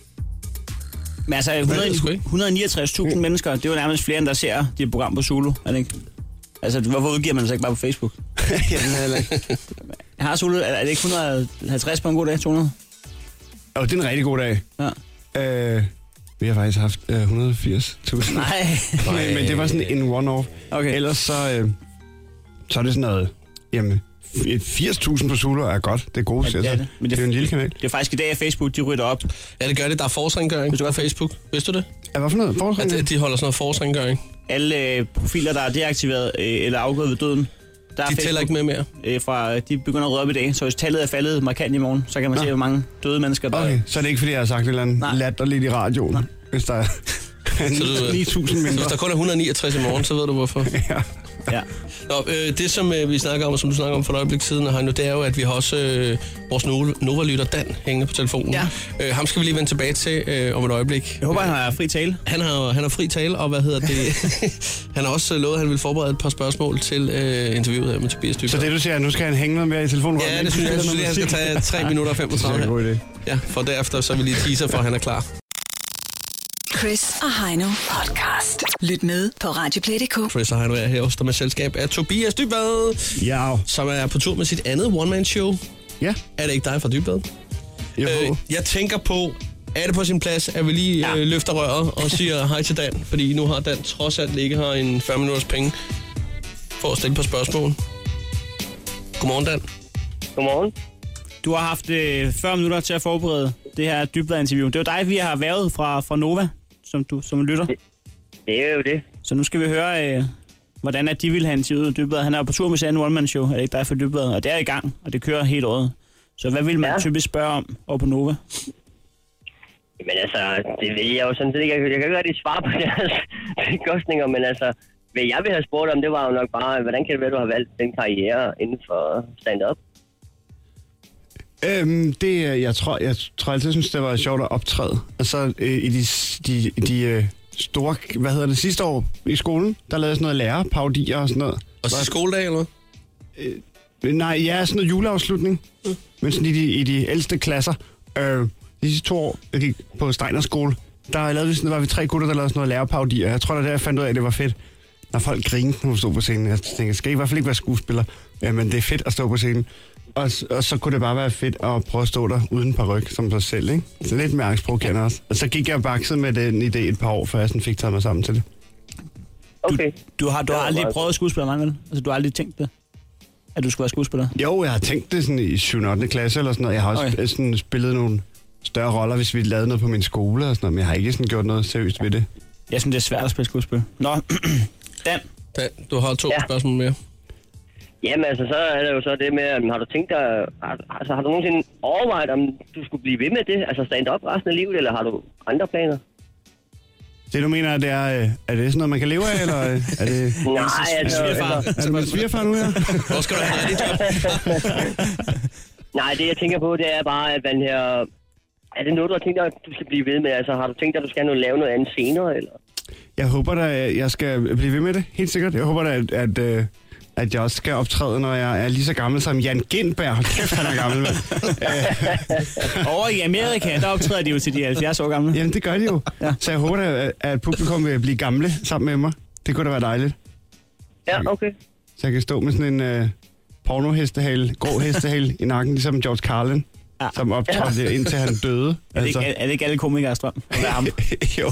Men altså, 169.000 mennesker, det er jo nærmest flere, end der ser dit program på Zulu, er det ikke? Altså, hvorfor udgiver man så ikke bare på Facebook? Ja, den er heller ikke. Har Zulu, er det ikke 150 på en god dag, 200? Og det er en rigtig god dag. Ja. Vi har faktisk haft 180.000. Nej. Men det var sådan en one-off. Okay. Ellers så er det sådan noget, jamen, 80.000 på Zulu er godt. Det er gode, det er det. Men det er jo en lille kanal. Det er faktisk i dag, at Facebook, de rytter op. Ja, det gør det. Der er forårsrengøring på Facebook. Vidste du det? Ja, hvad for noget? Forårsrengøring? De holder sådan noget forårsrengøring. Alle profiler, der er deaktiveret eller afgået ved døden, der de tæller ikke med mere. De begynder at rydde op i dag, så hvis tallet er faldet markant i morgen, så kan man se, hvor mange døde mennesker der okay. Så er det ikke, fordi jeg har sagt et eller andet latterligt i radioen, hvis der er 9.000 mindre. Så hvis der kun er 169 i morgen, så ved du hvorfor. Ja. Nå, det som vi snakker om, og som du snakker om for et øjeblik siden, Heino, det er jo, at vi har også vores Nova-lytter Dan hængende på telefonen. Ja. Ham skal vi lige vende tilbage til om et øjeblik. Jeg håber, han har fri tale. Han har fri tale, og han har også lovet, at han vil forberede et par spørgsmål til interviewet her med Tobias Dybvad. Så det du siger, nu skal han hænge noget mere i telefonen? Ja, det synes jeg. Han skal tage 3 minutter og 35 her. Det er en god idé. Ja, for derefter så vil vi lige teaser for, at han er klar. Chris og Heino podcast. Lyt med på radioplay.dk. Chris og Heino er her også, der med selskab af Tobias Dybvad, som er på tur med sit andet one-man-show. Ja. Er det ikke dig fra Dybvad? Jeg tænker på, er det på sin plads, at vi lige løfter røret og siger hej til Dan, fordi nu har Dan trods alt ikke har en 40 minutters penge for at stille på spørgsmål. Godmorgen, Dan. Godmorgen. Du har haft 40 minutter til at forberede det her Dybvad-interview. Det er jo dig, vi har været fra Nova, som lytter. Det er jo det. Så nu skal vi høre, hvordan at de vil have interviewet Dybvad. Han er på tur med sin one-man-show, er det ikke dig for Dybvad? Og det er i gang, og det kører hele året. Så hvad vil man typisk spørge om over på Nova? Men altså, det ved jeg jo sådan set ikke. Jeg kan ikke rigtig svare på deres bekostninger, men altså, hvad jeg ville have spurgt om, det var jo nok bare, hvordan kan det være, du har valgt den karriere inden for stand-up? Jeg tror altid, synes, det var sjovt at optræde. Altså, i de store, sidste år i skolen, der lavede sådan noget lærerparodier og sådan noget. Og så skoledag, eller hvad? Nej, ja, sådan noget juleafslutning. Men sådan i de ældste klasser. De sidste 2 år, jeg gik på Steiners skole, der var vi 3 gutter, der lavede sådan noget lærerparodier. Jeg tror, jeg fandt ud af, at det var fedt, når folk grinede, når vi stod på scenen. Jeg tænkte, jeg skal i hvert fald ikke være skuespiller, men det er fedt at stå på scenen. Og så kunne det bare være fedt at prøve at stå der uden paryk som sig selv, ikke? Så lidt mere angstprovokerende også. Og så gik jeg bakset med den idé et par år, før jeg sådan fik taget mig sammen til det. Okay. Du har aldrig prøvet skuespiller, vel? Altså, du har aldrig tænkt det? At du skulle være skuespiller? Jo, jeg har tænkt det sådan i 7. og 8. klasse eller sådan noget. Jeg har også sådan spillet nogle større roller, hvis vi lavede noget på min skole og sådan noget, men jeg har ikke sådan gjort noget seriøst ved det. Jeg synes, det er svært at spille skuespil. Nå, Dan, du har 2 spørgsmål mere. Jamen altså, så er det jo så det med, har du tænkt dig, har du nogensinde overvejet, om du skulle blive ved med det, altså stand-up resten af livet, eller har du andre planer? Det du mener, det er det sådan noget, man kan leve af, eller er det... Nej, altså... Er du min svigerfar nu her? Hvor skal du have det job? Nej, det jeg tænker på, det er bare, at man her... Er det noget, du har tænkt dig, at du skal blive ved med? Altså, har du tænkt dig, at du skal lave noget andet senere, eller? Jeg håber da, at jeg skal blive ved med det, helt sikkert. Jeg håber da, at jeg også skal optræde, når jeg er lige så gammel som Jan Gintberg. Hold kæft, han er gammel, mand. Over i Amerika, der optræder de jo til de 70 år gamle. Jamen, det gør de jo. Ja. Så jeg håber da, at publikum vil blive gamle sammen med mig. Det kunne da være dejligt. Ja, okay. Så jeg kan stå med sådan en pornohestehale, grå hestehale i nakken, ligesom George Carlin, som optrådte indtil han døde. Er det ikke alle komikere strøm? Jo,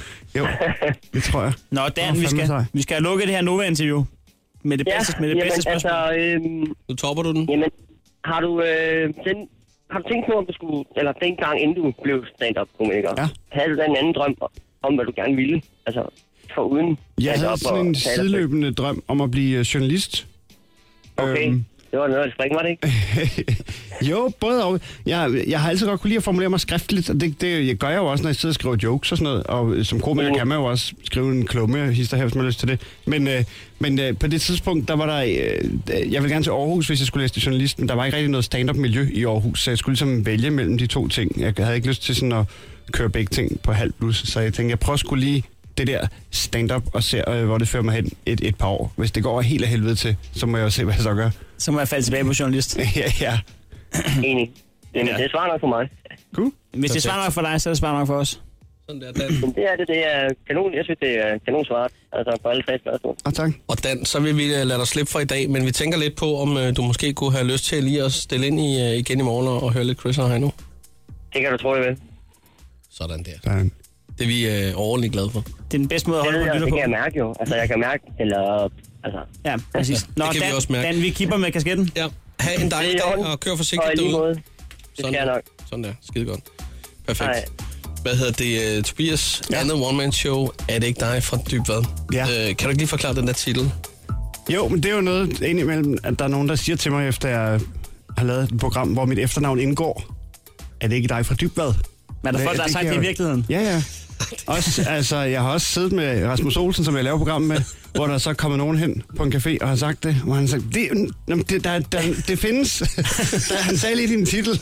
det tror jeg. Nå, Dan, vi skal lukke det her Nova-interview. Med det bedste spørgsmål. Altså, Nu topper du den. Jamen, har du har du tænkt på, om du skulle, eller dengang inden du blev stand-up-komiker, havde du da en anden drøm om, hvad du gerne ville? Altså, foruden... Jeg havde sådan en sideløbende drøm om at blive journalist. Okay. Det var noget, der spring, var det ikke? Jo, både og. Jeg har altid godt kunne lide at formulere mig skriftligt, og det gør jeg jo også, når jeg sidder og skriver jokes og sådan noget. Og som komiker kan man jo også skrive en klumme, hister her, hvis man har lyst til det. Men på det tidspunkt, der var der... jeg ville gerne til Aarhus, hvis jeg skulle læse til journalist, men der var ikke rigtig noget stand-up-miljø i Aarhus, så jeg skulle ligesom vælge mellem de to ting. Jeg havde ikke lyst til sådan at køre begge ting på halv blus, så jeg tænkte, jeg prøver skulle lige det der stand-up og se, hvor det fører mig hen et par år. Hvis det går helt af helvede til, så må jeg jo se, hvad jeg så gør. Så må jeg falde tilbage på journalist. ja. Enig. Det svarer nok for mig. Cool. Hvis det svarer nok for dig, så er det svarer nok for os. Sådan der, Dan. Det er kanon. Jeg synes, det er kanon svaret. Altså på alle 3 spørgsmål. Tak. Og Dan, så vil vi lade dig slippe for i dag, men vi tænker lidt på, om du måske kunne have lyst til lige at stille ind igen i morgen og høre lidt Chris og Heino. Det kan du tro, jeg vil. Sådan der. Det er vi overordentligt glade for. Det er den bedste måde at holde på. Det kan jeg mærke jo. Altså, jeg kan mærke, eller... Altså... Ja, præcis. Nå, det kan vi også mærke. Dan, vi kipper med kasketten. Ja. Ha' en dejlig dag, og kør forsigtigt derude. Det skal jeg nok. Sådan der. Skide godt. Perfekt. Hvad hedder det, Tobias? Andet one-man-show. Er det ikke dig fra Dybvad? Ja. Kan du ikke lige forklare den der titel? Jo, men det er jo noget indimellem, at der er nogen, der siger til mig, efter jeg har lavet et program, hvor mit efternavn indgår. Er det ikke dig fra Dybvad? Men der er folk, der har sagt det i virkeligheden? Ja. Også, altså, jeg har også siddet med Rasmus Olsen, som jeg laver program med, hvor der så kommer nogen hen på en café og har sagt det, hvor han har sagt, det findes. Han sagde lige din titel.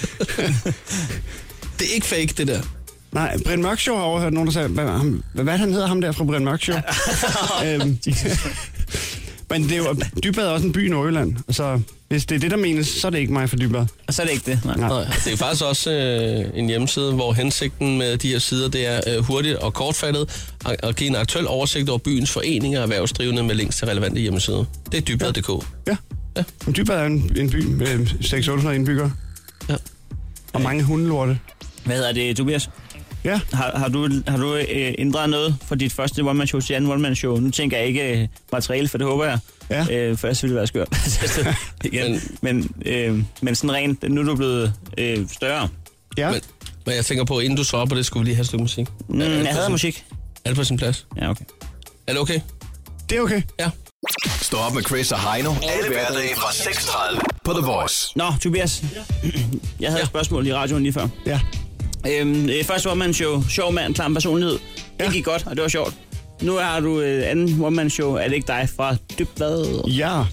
Det er ikke fake, det der. Nej, Brian Mørk Show har overhørt nogen, der sagde, hvad han hedder ham der fra Brian Mørk Show? Men det er jo, Dybvad er også en by i Nordjylland, så hvis det er det, der menes, så er det ikke mig for Dybvad. Og så er det ikke det. Nej. Det er faktisk også en hjemmeside, hvor hensigten med de her sider, det er hurtigt og kortfattet at give en aktuel oversigt over byens foreninger og erhvervsdrivende med links til relevante hjemmesider. Det er dybvad.dk. Ja. Dybvad er en by med 600-800 indbyggere. Ja. Og mange hundelorte. Hvad hedder det, Tobias? Ja. Har du ændret noget for dit første one-man-show til anden one-man-show? Nu tænker jeg ikke materiale, for det håber jeg. Ja. For ellers ville det være skørt. Men sådan rent, nu er du blevet større. Ja. Men jeg tænker på, inden du svarer på det, skulle vi lige have et stykke musik. Jeg havde musik. Er det på sin plads? Ja, okay. Er det okay? Det er okay. Ja. Stå op med Chris og Heino. Alle hverdage fra 6:30 på The Voice. Nå, Tobias. Jeg havde et spørgsmål i radioen lige før. Ja. Første one-man-show, sjov mand, klam personlighed. Det gik godt, og det var sjovt. Nu har du anden one-man-show. Er det ikke dig fra Dybvad? Ja.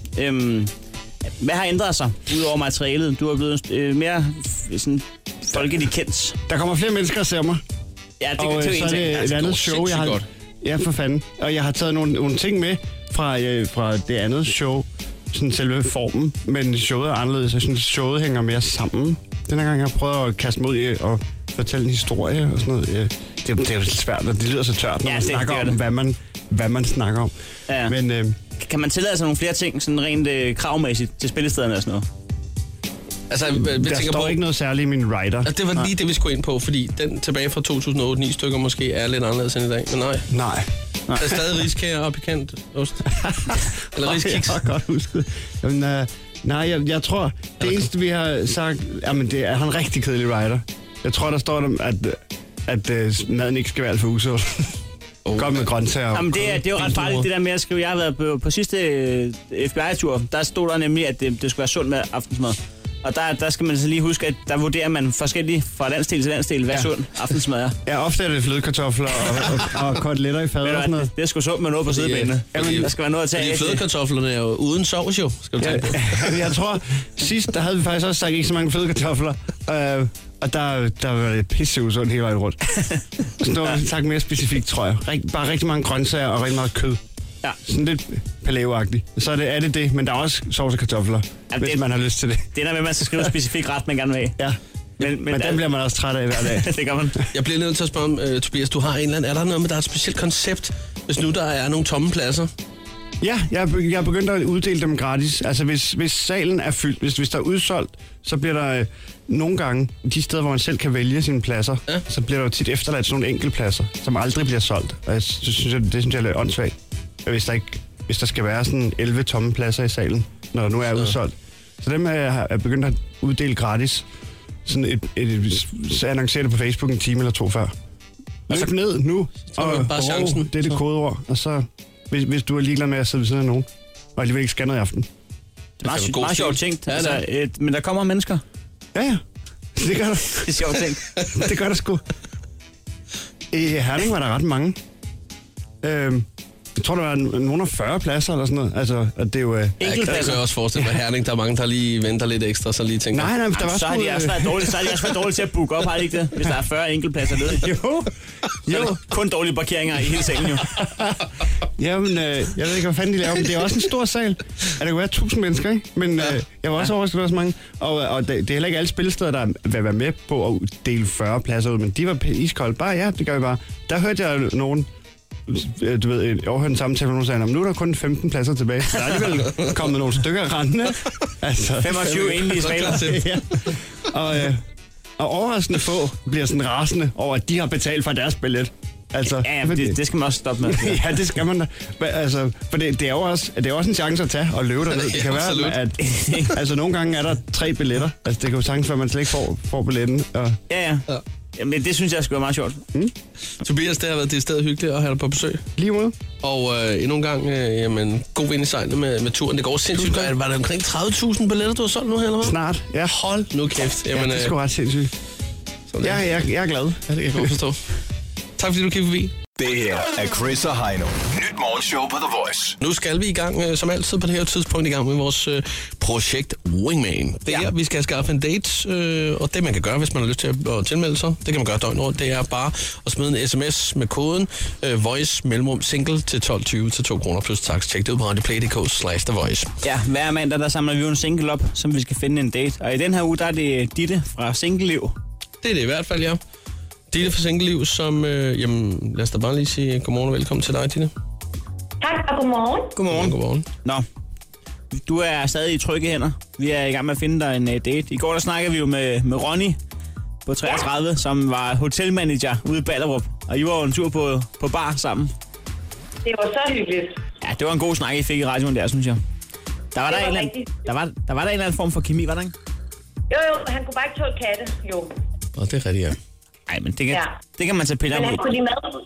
Hvad har ændret sig, udover materialet? Du er blevet mere sådan folkeligt kendt. Der kommer flere mennesker og ser mig. Ja, det og kan så er det et andet show, jeg har... Godt. Ja, for fanden. Og jeg har taget nogle ting med fra det andet show. Sådan selve formen. Men showet er anderledes. Jeg synes, showet hænger mere sammen. Denne gang jeg har prøvet at kaste mod i og fortælle en historie og sådan noget. Det er jo lidt svært, og det lyder så tørt, når man snakker om, hvad man snakker om. Ja. Men, kan man tillade sig nogle flere ting, sådan rent kravmæssigt til spillestederne og sådan noget? Altså, der står ikke noget særligt i min writer. Altså, det var lige det, vi skulle ind på, fordi den tilbage fra 2008, 9 stykker måske, er lidt anderledes end i dag. Men nej. Der er stadig riskager og pikant ost. Eller riskiks. Jeg har godt husket. Jamen, nej, jeg tror, det eneste, vi har sagt, jamen, det er han rigtig kedelig writer. Jeg tror, der står dem, at maden ikke skal være alt for usund. Godt med grøntsager. Jamen, det er jo ret farligt, det der med at skrive. Jeg har været på sidste FBI-tur. Der stod der nemlig, at det skulle være sundt med aftensmad. Og der skal man så lige huske, at der vurderer man forskelligt fra landsdel til landsdel, hvad sund aftensmad er. Ja, ofte er det flødekartofler og koteletter i fad og sådan noget. Det er sgu sundt med noget på sidebenene. Der skal være noget at tage af. Flødekartoflerne er jo uden sovs jo, skal du tænke på. Jeg tror, sidst der havde vi faktisk også sagt ikke så mange flødekartofler. Og der var det pisseusundt hele vejen rundt. Så nu har vi sagt mere specifikt, tror jeg. Bare rigtig mange grøntsager og rigtig meget kød. Ja. Sådan lidt paleo-agtigt. Så er det, men der er også sovs og kartofler, hvis man har lyst til det. Det er der med, at man skal skrive specifikt ret, man gerne vil have. Ja. Men den bliver man også træt af hver dag. Det gør man. Jeg bliver nødt til at spørge om, Tobias, du har en eller anden... Er der noget med, der er et specielt koncept, hvis nu der er nogle tomme pladser? Ja, jeg er begyndt at uddele dem gratis. Altså, hvis salen er fyldt, hvis der er udsolgt, så bliver der nogle gange, de steder, hvor man selv kan vælge sine pladser, så bliver der jo tit efterladt sådan nogle enkelte pladser, som aldrig bliver solgt. Og det synes jeg er lidt åndssvagt. Hvis der skal være sådan 11 tomme pladser i salen, når der nu er udsolgt. Så dem er jeg begyndt at uddele gratis. sådan så annoncerer det på Facebook en time eller to før. Løb ned nu, og bare chancen. Det er det kodeord. Og så, hvis du er ligeglad med at sidde ved siden af nogen, og alligevel ikke skal noget i aften. Det er meget sjovt tænkt. Altså, men der kommer mennesker. Ja. Det gør der. Det er sjovt tænkt. Det gør der sgu. I Herning var der ret mange. Jeg tror, der var nogen af 40 pladser eller sådan noget. Altså, det er jo... Enkeltpladser. Jeg kan også forestille mig, Herning, der er mange, der lige venter lidt ekstra, så lige tænker... Nej, der var så har de også været dårlige til at booke op, har de ikke det? Hvis der er 40 enkeltpladser nede. Jo. Kun dårlige parkeringer i hele salen, jo. Jamen, jeg ved ikke, hvad fanden de laver, men det er også en stor sal. Det kunne være 1000 mennesker, ikke? Men jeg var også overrasket, der var så mange. Og det er heller ikke alle spillesteder, der vil være med på at dele 40 pladser ud, men de var iskoldt. Bare ja, det gør vi bare. Der hørte jeg nogen... Du ved, jeg overhørte en samtale, hvor nogen sagde, nu er der kun 15 pladser tilbage. Der er alligevel kommet nogle stykker rendende. Altså, 25 enlige spillere. Ja. Og overraskende få bliver sådan rasende over, at de har betalt for deres billet. Altså, ja, det skal man også stoppe med. Ja, det skal man da. Altså, for det er jo også en chance at tage og løbe derned. Det kan være, at altså, nogle gange er der 3 billetter. Altså, det kan jo sagtens være, at man slet ikke får billetten. Og... Ja. Jamen, det synes jeg skulle være meget sjovt. Tobias, det har været det sted hyggeligt at have dig på besøg. Lige måde. Og endnu en gang, god vind i sejlene med turen. Det går sindssygt godt. Var der omkring 30.000 billetter, du har solgt nu her, eller hvad? Snart, ja. Hold nu kæft. Jamen, det er sgu ret sindssygt. Jeg er glad. Ja, det kan jeg godt forstå. Tak fordi du kiggede forbi. Det her er Chris og Heino. Nyt morgenshow på The Voice. Nu skal vi i gang, som altid på det her tidspunkt, i gang med vores projekt Wingman. Det er, vi skal skaffe en date, og det man kan gøre, hvis man har lyst til at tilmelde sig, det kan man gøre døgnet rundt, det er bare at smide en sms med koden voice mellemrum single til 12.20 til 2 kroner plus tax. Tjek det ud på radioplay.dk/The Voice. Ja, hver mandag der samler vi jo en single op, som vi skal finde en date. Og i den her uge, der er det Ditte fra Single-liv. Det er det i hvert fald, ja. Ditte fra Single-liv, som... jamen, lad os da bare lige sige godmorgen og velkommen til dig, Ditte. Tak og godmorgen. Godmorgen. Nå, du er stadig i trygge hænder. Vi er i gang med at finde dig en date. I går der snakkede vi jo med Ronny på 33, som var hotelmanager ude i Ballerup. Og I var jo en tur på bar sammen. Det var så hyggeligt. Ja, det var en god snak, I fik i radioen der, synes jeg. Der var der en eller anden form for kemi, var der ikke? Jo, han kunne bare ikke tåle katte, jo. Og det er rigtigt, ja. Nej, men det kan man tage piller af. Men han kunne lide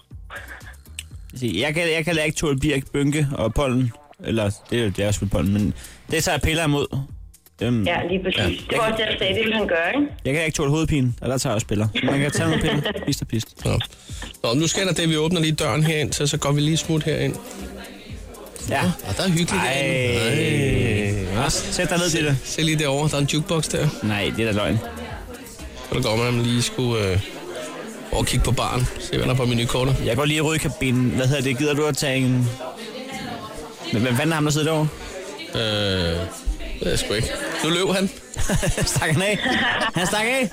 mad. Jeg kan ikke tåle birk, bynke og pollen. Eller, det er også for pollen, men det tager jeg piller imod. Ja, lige præcis. Ja. Det var også det, jeg sagde, det ville han gøre, ikke? Jeg kan ikke tåle hovedpine, og der tager jeg også piller. Man kan tage nogle piller, pist og pist. Ja. Nå, nu sker der det, vi åbner lige døren herind, så går vi lige smut herind. Ja. Og der er hyggeligt derinde. Ja. Sæt dig ned til det. Se lige derovre, der er en jukebox der. Nej, det er da løgn. Så der går man lige skulle over og kigge på baren. Se, hvad der er på menukortet. Jeg går lige i rødkabinen. Hvad hedder det? Gider du at tage en... Hvem fanden er ham, der sidder derovre? Det ved jeg sgu ikke. Nu løb han. Stak han af? Han stak af?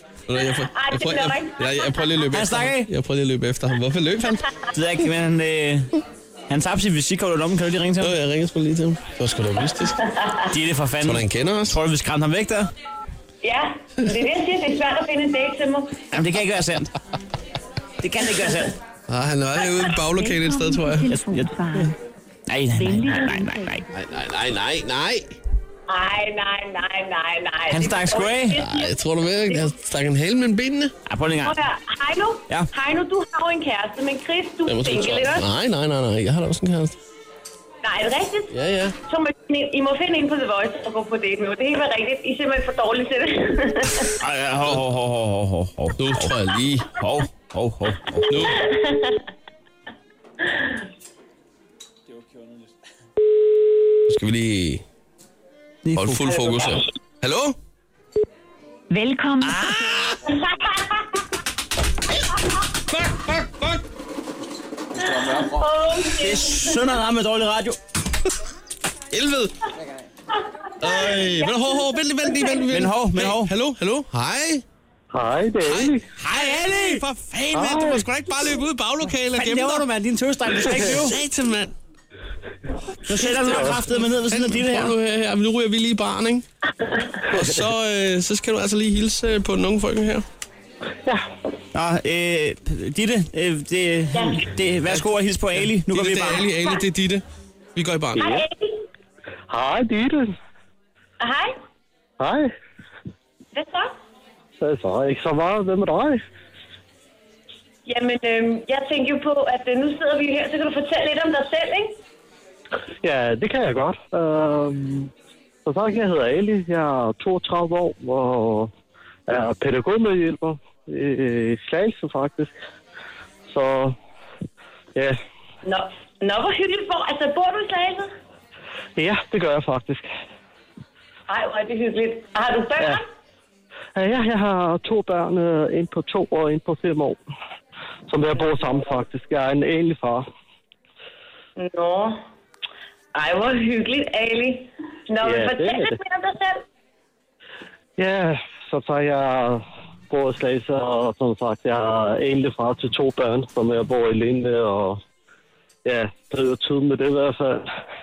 Jeg prøver lige at løbe efter ham. Jeg prøver lige at løbe efter ham. Hvorfor løb han? Det ved jeg ikke, men han tabte sit visitkort i lommen. Kan du lige ringe til ham? Jeg ringer sgu lige til ham. Det var sgu da mystisk. De er det for fanden. Tror du, han kender os? Tror du, vi skræmte ham væk der? Ja, det er det, jeg siger. Det er svært at finde en date til mig. Jamen, det kan ikke være sandt. Det kan ikke være sandt. Nej, han er ude i baglokalet et sted, tror jeg. Nej. Han stak sgu af. Nej, jeg tror du ved ikke. Han stak en hale mellem benene. Ja, prøv lige en gang. Heino, du har jo en kæreste, men Chris, du er single, ikke også? Nej. Jeg har da også en kæreste. Nej, er det rigtigt? Ja. Så I må finde en på The Voice og gå på date med. Det er helt rigtigt. I er simpelthen for dårlige til det. Hov. Nu tror jeg lige. Hov. Nu. Nu skal vi lige holde fuld fokus her. Hallo? Velkommen. Fuck. Det er synd at ramme med dårlig radio. Helvede. Vent. Hallo. Hej, det er Ali. Hej, Ali. For fanden, mand. Du må sgu da ikke bare løbe ud i baglokalet og gemme dig. Hvad laver du, mand? Din tøsdreng, du skal ikke løbe. Satan, mand. Nu sætter du dig kraftedeme ned ved siden af dit her. Nu ryger vi lige i baren, ikke? Og så skal du altså lige hilse på den unge frøken her. Ja. Nå, Ditte, værsgo og hilse på Ali. Nu går vi i baren. Ali, det er Ditte. Vi går i baren. Hej, Ali. Hej, Ditte. Hej. Hej. Hvad så? Altså, ikke så meget. Hvad med dig? Jamen, jeg tænker jo på, at nu sidder vi her, så kan du fortælle lidt om dig selv, ikke? Ja, det kan jeg godt. Så sagt, jeg hedder Ali. Jeg er 32 år og er pædagogmedhjælper i Slagelse, faktisk. Så, ja. Nå, hvor hyggeligt. Altså, bor du i Slagelse? Ja, det gør jeg faktisk. Ej, hvor er det hyggeligt. Har du børn? Ja, jeg har 2 børn. En på 2 og en på 5 år. Som jeg bor sammen, faktisk. Jeg er en enlig far. Nå. Ej, hvor hyggeligt, Ali. Fortæl lidt mere om dig selv. Ja, så tager jeg bor i Slagelse, og som sagt, jeg er enlig far til 2 børn, som jeg bor alene, og ja, driver tid med det i hvert fald.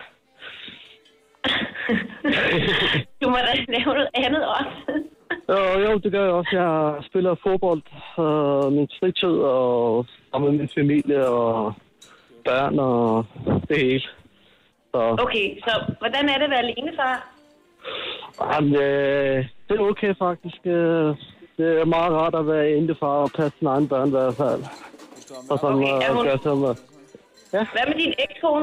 Du må da lave noget andet også. Jo, det gør jeg også. Jeg spiller fodbold, min fritid, og sammen med min familie og børn og det hele. Så. Okay, så hvordan er det at være alene, far? Jamen, det er okay faktisk. Det er meget rart at være enlig far og passe sine egne børn i hvert fald. Og som gør ja. Hvad med din ekskone?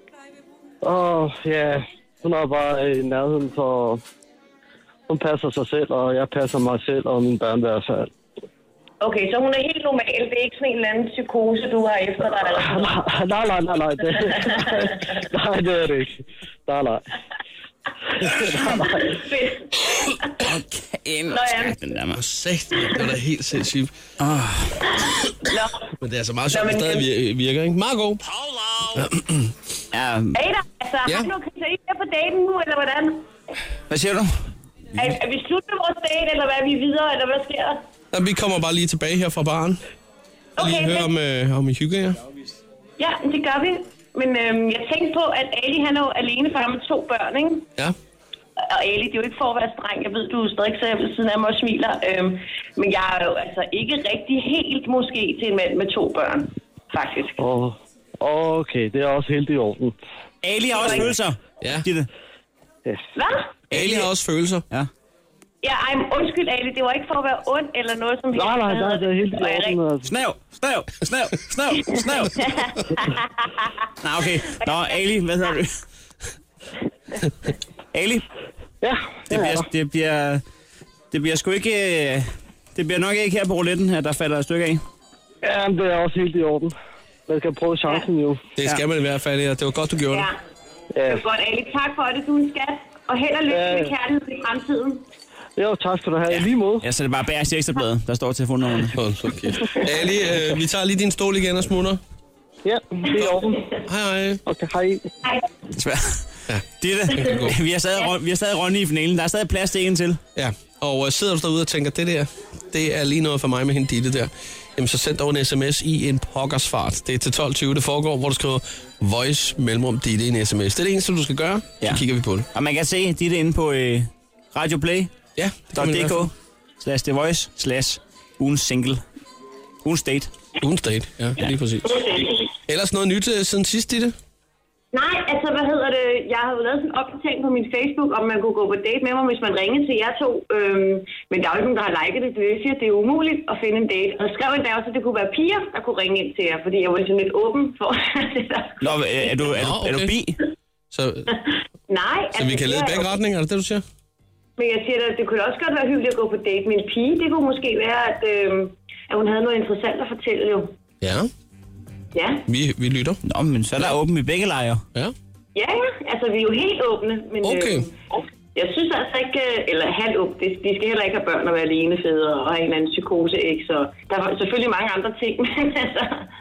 Ja, hun er bare i nærheden, så hun passer sig selv, og jeg passer mig selv og mine børn i hvert fald. Okay, så hun er helt normal. Det er ikke sådan en eller anden psykose, du har efter dig? Eller nej. Nej, det er det ikke. Nej. Den der sagt, det var da helt sindssygt. Men det er altså meget sjovt, at det stadig virker, ikke? Meget god. Hey da, altså, har du kan I på daten nu, eller hvordan? Hvad siger du? Er vi slut med vores date, eller hvad er vi videre, eller hvad sker der? Ja, vi kommer bare lige tilbage her fra baren. Okay, lige høre om I hygger jer. Ja, det gør vi. Men jeg tænkte på, at Ali han er jo alene for med 2 børn, ikke? Ja. Og Ali, det er jo ikke for at være streng. Jeg ved, du er stadig så ved siden af mig og smiler. Men jeg er jo altså ikke rigtig helt måske til en mand med 2 børn, faktisk. Okay, det er også helt i orden. Ali har også følelser. Ja. Hvad? Ali har også følelser. Ja. Ja, undskyld Ali, det var ikke for at være ond eller noget som helst. Nej, det er helt i orden. Snav. Nå, okay. Nå, Ali, hvad hedder du? Ali? Ja, det bliver sgu ikke... Det bliver nok ikke her på rouletten her, der falder et stykke af. Ja, det er også helt i orden. Man skal prøve chancen jo. Det skal man i hvert fald, ja. Det var godt, du gjorde det. Ja, det var godt, Ali. Tak for det, du er en skat. Og held og lykke med kærlighed i fremtiden. Jo, tak skal du have. Lige mod. Ja, så det er bare bærs i Ekstrabladet. Der står telefonnummerne. Okay. Ali, vi tager lige din stol igen og smutter. Ja, det er orden. Hej. Okay, hej. Desværre. Ja. Ditte, vi har stadig Ronny i finalen. Der er stadig plads til en til. Ja, og sidder du derude og tænker, det er lige noget for mig med hende Ditte der. Jamen, så send dog en sms i en pokkersfart. Det er til 12.20, det foregår, hvor du skriver voice mellemrum Ditte i en sms. Det er det eneste, du skal gøre, så kigger vi på det. Og man kan se Ditte inde på Radio Play. Ja, .dk/thevoice/ugens single. Ugens date. Ugens date, ja, lige præcis. Ellers noget nyt siden sidst, Ditte? Nej, altså, jeg har jo lavet sådan en opdatering på min Facebook, om man kunne gå på date med mig, hvis man ringede til jer 2. Men der er jo ikke nogen, der har liket det. Det siger, at det er umuligt at finde en date. Og jeg skrev endda også, at det kunne være piger, der kunne ringe ind til jer, fordi jeg var ligesom lidt åben for det der. Nå, er du bi? Nej. Så vi kan lede begge retninger, er det det, du siger? Men jeg siger, at det kunne også godt være hyggeligt at gå på date med en pige. Det kunne måske være, at hun havde noget interessant at fortælle jo. Ja. Ja. Vi lytter. Nå, men så er der åben i begge lejre. Ja. Ja. Altså, vi er jo helt åbne. Men, okay. Jeg synes altså ikke, eller halvt åbne, de skal heller ikke have børn og være alenefædre og have en eller anden psykose, ikke? Så der er selvfølgelig mange andre ting, men altså...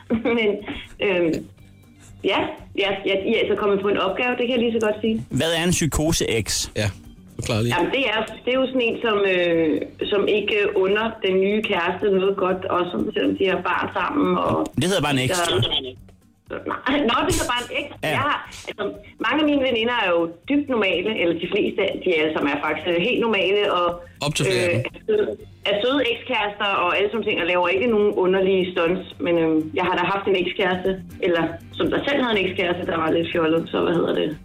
Jeg er altså kommet på en opgave, det kan jeg lige så godt sige. Hvad er en psykose-X? Ja, forklar lige. Jamen, det er jo sådan en, som ikke under den nye kæreste noget godt, og selvom de har barn sammen. Og det hedder bare en X. Nå, det er bare en X. Ja. Mange af mine veninder er jo dybt normale, eller de fleste, de alle sammen er faktisk helt normale, og er søde ekskærester og alle sådan ting, og laver ikke nogen underlige stunts. Men jeg har da haft en ekskæreste, eller som der selv havde en ekskæreste, der var lidt fjollet, så hvad hedder det?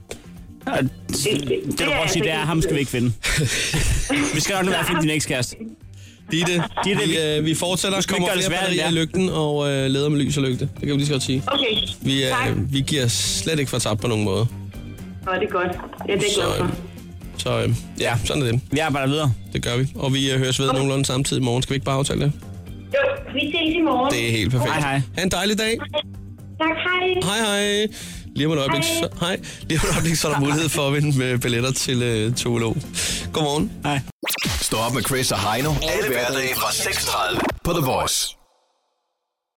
Det du prøver at sige, det er, ham skal vi ikke finde. Vi skal nok lade være at finde din ekskæreste. Ditte, vi fortsætter. Kommer flere batterier i lygten og leder med lys og lygte. Det kan vi lige så godt sige. Okay, vi giver slet ikke for tabt på nogen måde. Nå, det er godt. Ja, det er godt for. Så ja, sådan er det. Vi arbejder videre. Det gør vi. Og vi høres ved nogenlunde samtidig i morgen. Skal vi ikke bare aftale det? Jo, vi ses i morgen. Det er helt perfekt. Hej. Ha' en dejlig dag. Tak, hej. Lige om et øjeblik, så er der mulighed for at vinde billetter til Tolo. Godmorgen. Hej. Stå op med Chris og Heino. Alle hverdage fra 6:30 på The Voice.